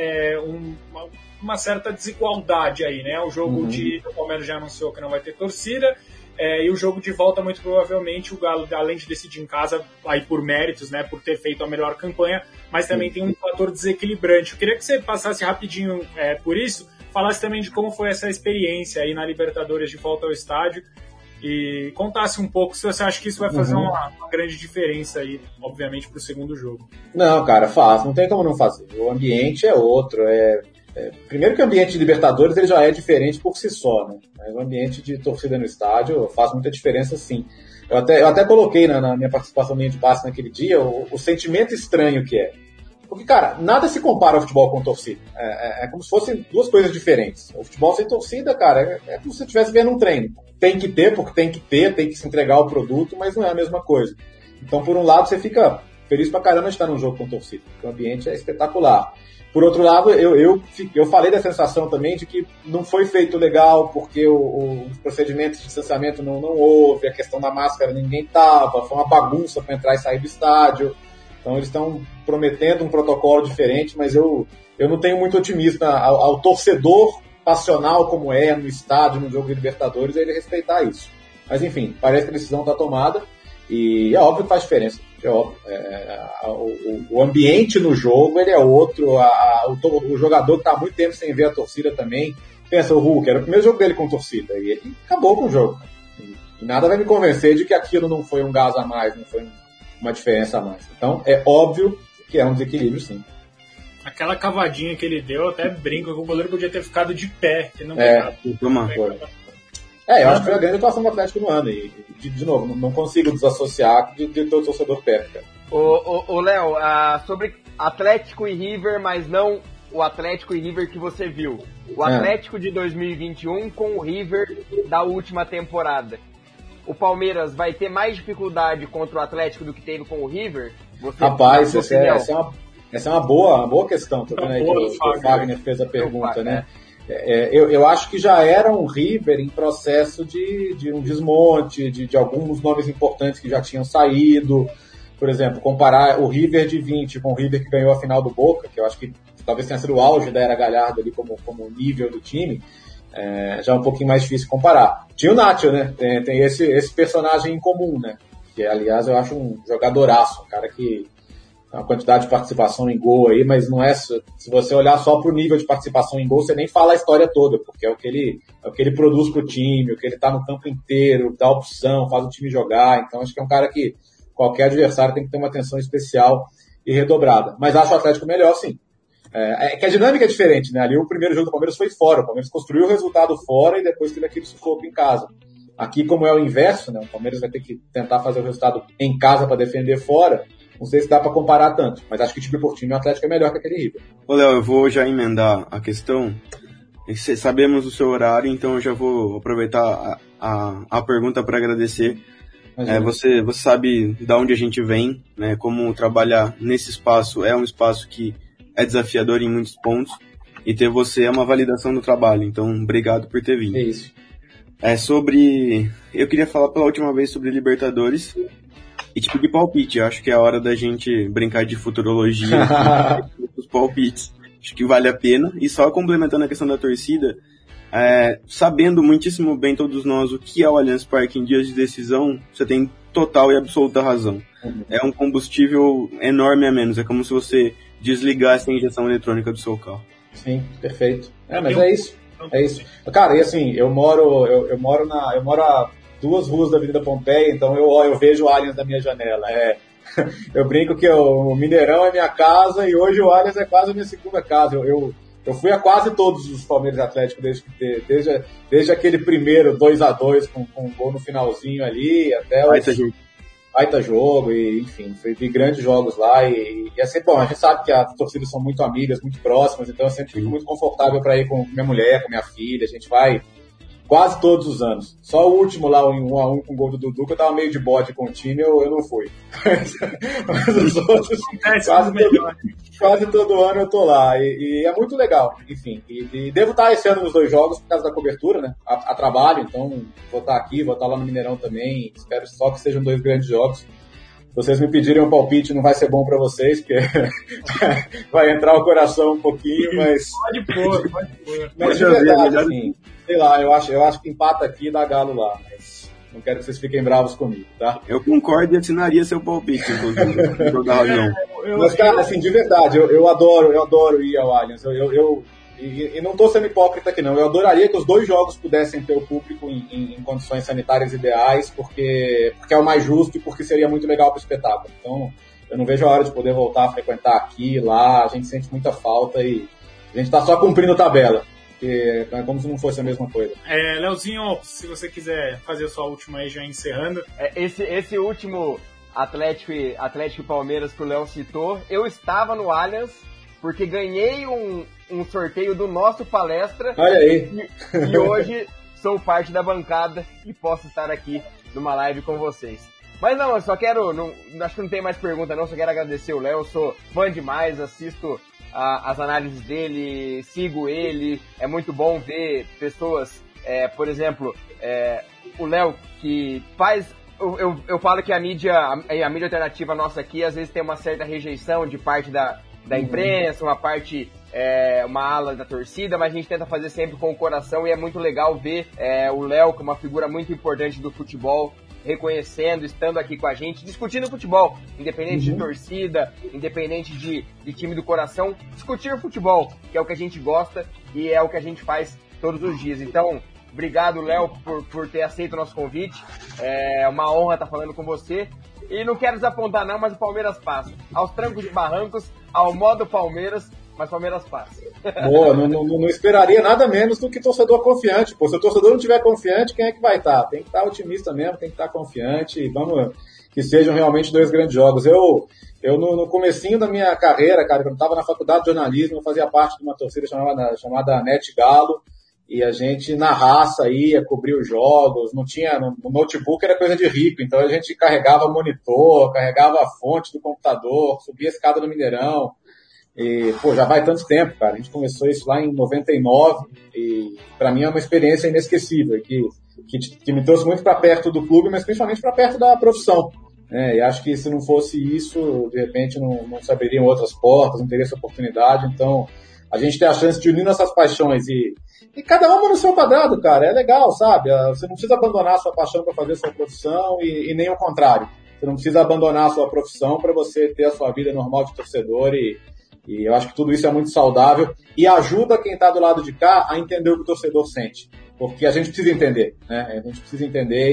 uma certa desigualdade aí, né? O jogo o Palmeiras já anunciou que não vai ter torcida. E o jogo de volta, muito provavelmente, o Galo, além de decidir em casa, aí por méritos, né, por ter feito a melhor campanha, mas também tem um fator desequilibrante. Eu queria que você passasse rapidinho por isso, falasse também de como foi essa experiência aí na Libertadores de volta ao estádio e contasse um pouco se você acha que isso vai fazer uma grande diferença aí, obviamente, para o segundo jogo. Não, cara, faz, não tem como não fazer. O ambiente é outro, primeiro que o ambiente de Libertadores ele já é diferente por si só, né? Mas o ambiente de torcida no estádio faz muita diferença, sim. Eu até coloquei na minha participação minha de passe naquele dia o sentimento estranho que é. Porque, cara, nada se compara ao futebol com torcida. É como se fossem duas coisas diferentes. O futebol sem torcida, cara, é como se você estivesse vendo um treino. Tem que ter, porque tem que se entregar o produto, mas não é a mesma coisa. Então, por um lado, você fica feliz pra caramba de estar num jogo com torcida, porque o ambiente é espetacular. Por outro lado, eu falei da sensação também de que não foi feito legal porque os procedimentos de distanciamento não houve, a questão da máscara ninguém tava, foi uma bagunça para entrar e sair do estádio. Então eles estão prometendo um protocolo diferente, mas eu não tenho muito otimismo ao torcedor passional como no estádio, no jogo de Libertadores, ele respeitar isso. Mas enfim, parece que a decisão está tomada e é óbvio que faz diferença. O ambiente no jogo ele é outro, o jogador que está há muito tempo sem ver a torcida também, pensa, o Hulk, era o primeiro jogo dele com torcida, e ele acabou com o jogo. E nada vai me convencer de que aquilo não foi um gás a mais, não foi uma diferença a mais. Então, é óbvio que é um desequilíbrio, sim. Aquela cavadinha que ele deu, eu até brinco que o goleiro podia ter ficado de pé. Que não eu acho que foi a grande atuação do Atlético no ano. E, de novo, não consigo desassociar de ter o torcedor perto, cara. Ô Léo, sobre Atlético e River, mas não o Atlético e River que você viu. O Atlético de 2021 com o River da última temporada. O Palmeiras vai ter mais dificuldade contra o Atlético do que teve com o River? Rapaz, essa é uma boa questão. Tá vendo aí que o Fagner fez a pergunta, né? Eu acho que já era um River em processo de um desmonte, de alguns nomes importantes que já tinham saído. Por exemplo, comparar o River de 20 com o River que ganhou a final do Boca, que eu acho que talvez tenha sido o auge da era Galhardo ali como nível do time, já é um pouquinho mais difícil comparar. Tinha o Nacho, né? Tem esse personagem em comum, né? que aliás eu acho um jogadoraço, um cara que tem uma quantidade de participação em gol aí, mas não é, se você olhar só pro nível de participação em gol, você nem fala a história toda, porque é o que ele produz pro time, o que ele tá no campo inteiro, dá opção, faz o time jogar, então acho que é um cara que qualquer adversário tem que ter uma atenção especial e redobrada. Mas acho o Atlético melhor, sim. É que a dinâmica é diferente, né? Ali o primeiro jogo do Palmeiras foi fora, o Palmeiras construiu o resultado fora e depois teve aquele sufoco em casa. Aqui, como é o inverso, né? O Palmeiras vai ter que tentar fazer o resultado em casa para defender fora. Não sei se dá para comparar tanto, mas acho que time por time o Atlético é melhor que aquele River. Ô, Léo, eu vou já emendar a questão. Sabemos o seu horário, então eu já vou aproveitar a pergunta para agradecer. Você sabe de onde a gente vem, né? Como trabalhar nesse espaço é um espaço que é desafiador em muitos pontos, e ter você é uma validação do trabalho, então obrigado por ter vindo. É isso. Eu queria falar pela última vez sobre Libertadores e te pedir palpite. Acho que é a hora da gente brincar de futurologia, os palpites. Acho que vale a pena. E só complementando a questão da torcida, sabendo muitíssimo bem todos nós o que é o Allianz Parque em dias de decisão, você tem total e absoluta razão. É um combustível enorme a menos. É como se você desligasse a injeção eletrônica do seu carro. Sim, perfeito. Mas é isso. É isso. Cara, e assim, eu moro a 2 ruas da Avenida Pompeia, então eu vejo o Allianz da minha janela. Eu brinco que o Mineirão é minha casa e hoje o Allianz é quase a minha segunda casa. Eu fui a quase todos os Palmeiras Atlético desde aquele primeiro 2-2 com um gol no finalzinho ali, até o baita jogo, e enfim, vi grandes jogos lá, e é sempre bom. A gente sabe que as torcidas são muito amigas, muito próximas, então eu sempre fico muito confortável para ir com minha mulher, com minha filha. A gente vai quase todos os anos. Só o último lá, em 1-1 com o gol do Dudu, que eu tava meio de bode com o time, eu não fui. Mas os outros, quase todo ano eu tô lá. E é muito legal, enfim. E devo estar esse ano nos 2 jogos por causa da cobertura, né? A trabalho, então vou estar aqui, vou estar lá no Mineirão também. Espero só que sejam 2 grandes jogos. Se vocês me pedirem um palpite, não vai ser bom pra vocês, porque vai entrar o coração um pouquinho, mas... Pode pôr. Mas de verdade, assim, sei lá, eu acho que empata aqui e dá Galo lá, mas não quero que vocês fiquem bravos comigo, tá? Eu concordo e assinaria seu palpite, inclusive, toda razão. Mas, cara, assim, de verdade, eu adoro ir ao Allianz, e não estou sendo hipócrita aqui não, eu adoraria que os 2 jogos pudessem ter o público em condições sanitárias ideais, porque é o mais justo e porque seria muito legal para o espetáculo. Então, eu não vejo a hora de poder voltar a frequentar aqui, lá, a gente sente muita falta e a gente está só cumprindo tabela, porque é como se não fosse a mesma coisa. Leozinho, se você quiser fazer a sua última aí já encerrando. Esse último Atlético e Palmeiras que o Léo citou, eu estava no Allianz, porque ganhei um sorteio do nosso palestra. Olha aí. E hoje sou parte da bancada e posso estar aqui numa live com vocês. Mas não, eu só quero... acho que não tem mais pergunta não, só quero agradecer o Léo. Eu sou fã demais, assisto as análises dele, sigo ele. É muito bom ver pessoas, por exemplo, o Léo que faz... Eu falo que a mídia alternativa nossa aqui às vezes tem uma certa rejeição de parte da imprensa, uma ala da torcida, mas a gente tenta fazer sempre com o coração e é muito legal ver o Léo, que é uma figura muito importante do futebol, reconhecendo, estando aqui com a gente, discutindo futebol, independente de torcida, independente de time do coração, discutir futebol, que é o que a gente gosta e é o que a gente faz todos os dias. Então, obrigado, Léo, por ter aceito o nosso convite, é uma honra estar falando com você. E não quero desapontar não, mas o Palmeiras passa. Aos trancos e barrancos, ao modo Palmeiras, mas Palmeiras passa. Boa, não esperaria nada menos do que torcedor confiante. Pô, se o torcedor não estiver confiante, quem é que vai estar? Tem que estar otimista mesmo, tem que estar confiante. E vamos que sejam realmente 2 grandes jogos. Eu no comecinho da minha carreira, cara, quando eu estava na faculdade de jornalismo, eu fazia parte de uma torcida chamada Net Galo. E a gente, na raça, ia cobrir os jogos, não tinha, no notebook era coisa de rico, então a gente carregava monitor, carregava a fonte do computador, subia a escada no Mineirão, e, já vai tanto tempo, cara, a gente começou isso lá em 99, e pra mim é uma experiência inesquecível, que me trouxe muito pra perto do clube, mas principalmente pra perto da profissão, e acho que se não fosse isso, de repente não se abririam outras portas, não teria essa oportunidade, então a gente tem a chance de unir nossas paixões e cada uma no seu quadrado, cara, é legal, sabe? Você não precisa abandonar a sua paixão para fazer a sua profissão e nem o contrário. você não precisa abandonar a sua profissão para você ter a sua vida normal de torcedor e eu acho que tudo isso é muito saudável e ajuda quem está do lado de cá a entender o que o torcedor sente, porque a gente precisa entender, né? A gente precisa entender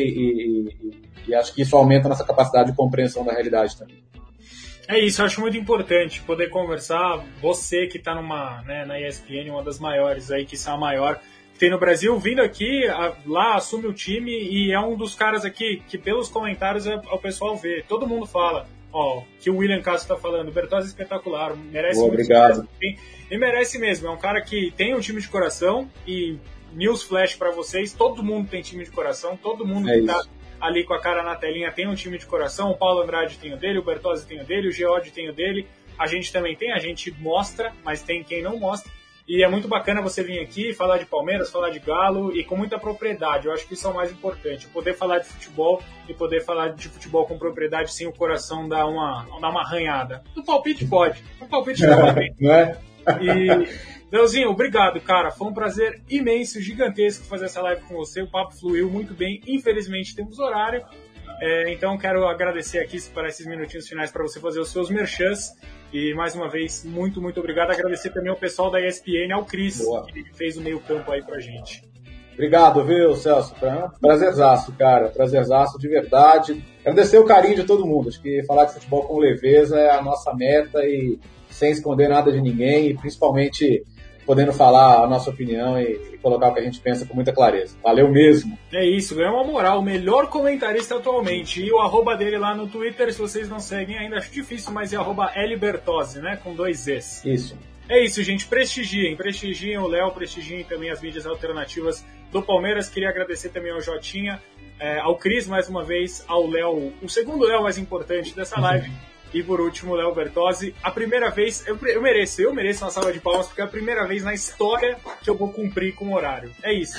e acho que isso aumenta a nossa capacidade de compreensão da realidade também. É isso, eu acho muito importante poder conversar, você que está na ESPN, uma das maiores aí, que são a maior que tem no Brasil, vindo aqui, lá assume o time e é um dos caras aqui que pelos comentários o pessoal vê, todo mundo fala, que o William Castro está falando, o Bertozzi é espetacular, merece muito. Obrigado. E merece mesmo, é um cara que tem um time de coração e news flash para vocês, todo mundo tem time de coração, todo mundo que está ali com a cara na telinha tem um time de coração, o Paulo Andrade tem o dele, o Bertozzi tem o dele, o Geode tem o dele, a gente também tem, a gente mostra, mas tem quem não mostra, e é muito bacana você vir aqui falar de Palmeiras, falar de Galo, e com muita propriedade, eu acho que isso é o mais importante, poder falar de futebol, e poder falar de futebol com propriedade sem o coração dar uma arranhada. No palpite pode, no palpite pode. Não é? E... Leozinho, obrigado, cara. Foi um prazer imenso, gigantesco fazer essa live com você. O papo fluiu muito bem. Infelizmente temos horário. Então quero agradecer aqui para esses minutinhos finais para você fazer os seus merchans. E mais uma vez, muito, muito obrigado. Agradecer também ao pessoal da ESPN, ao Cris, que fez o meio campo aí pra gente. Obrigado, viu, Celso? Prazerzaço, cara. Prazerzaço de verdade. Agradecer o carinho de todo mundo. Acho que falar de futebol com leveza é a nossa meta e sem esconder nada de ninguém e principalmente podendo falar a nossa opinião e colocar o que a gente pensa com muita clareza. Valeu mesmo. É isso, ganhou uma moral, o melhor comentarista atualmente. E o arroba dele lá no Twitter, se vocês não seguem ainda, acho difícil, mas é arroba Lbertozzi, né? Com 2 Es. Isso. É isso, gente. Prestigiem o Léo, prestigiem também as mídias alternativas do Palmeiras. Queria agradecer também ao Jotinha, ao Cris mais uma vez, ao Léo, o segundo Léo mais importante dessa live. E por último, o Léo Bertozzi. A primeira vez, eu mereço uma salva de palmas, porque é a primeira vez na história que eu vou cumprir com o horário. É isso.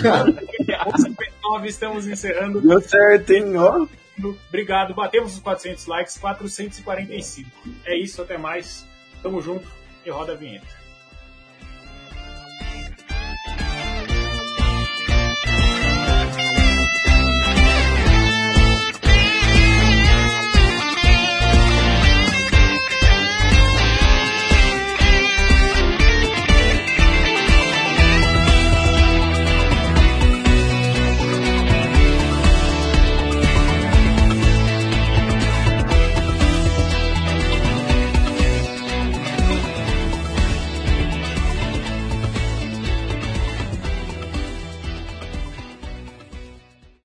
11h59, estamos encerrando. Deu certo, hein? Ó. Obrigado. Batemos os 400 likes, 445. É isso, até mais. Tamo junto e roda a vinheta.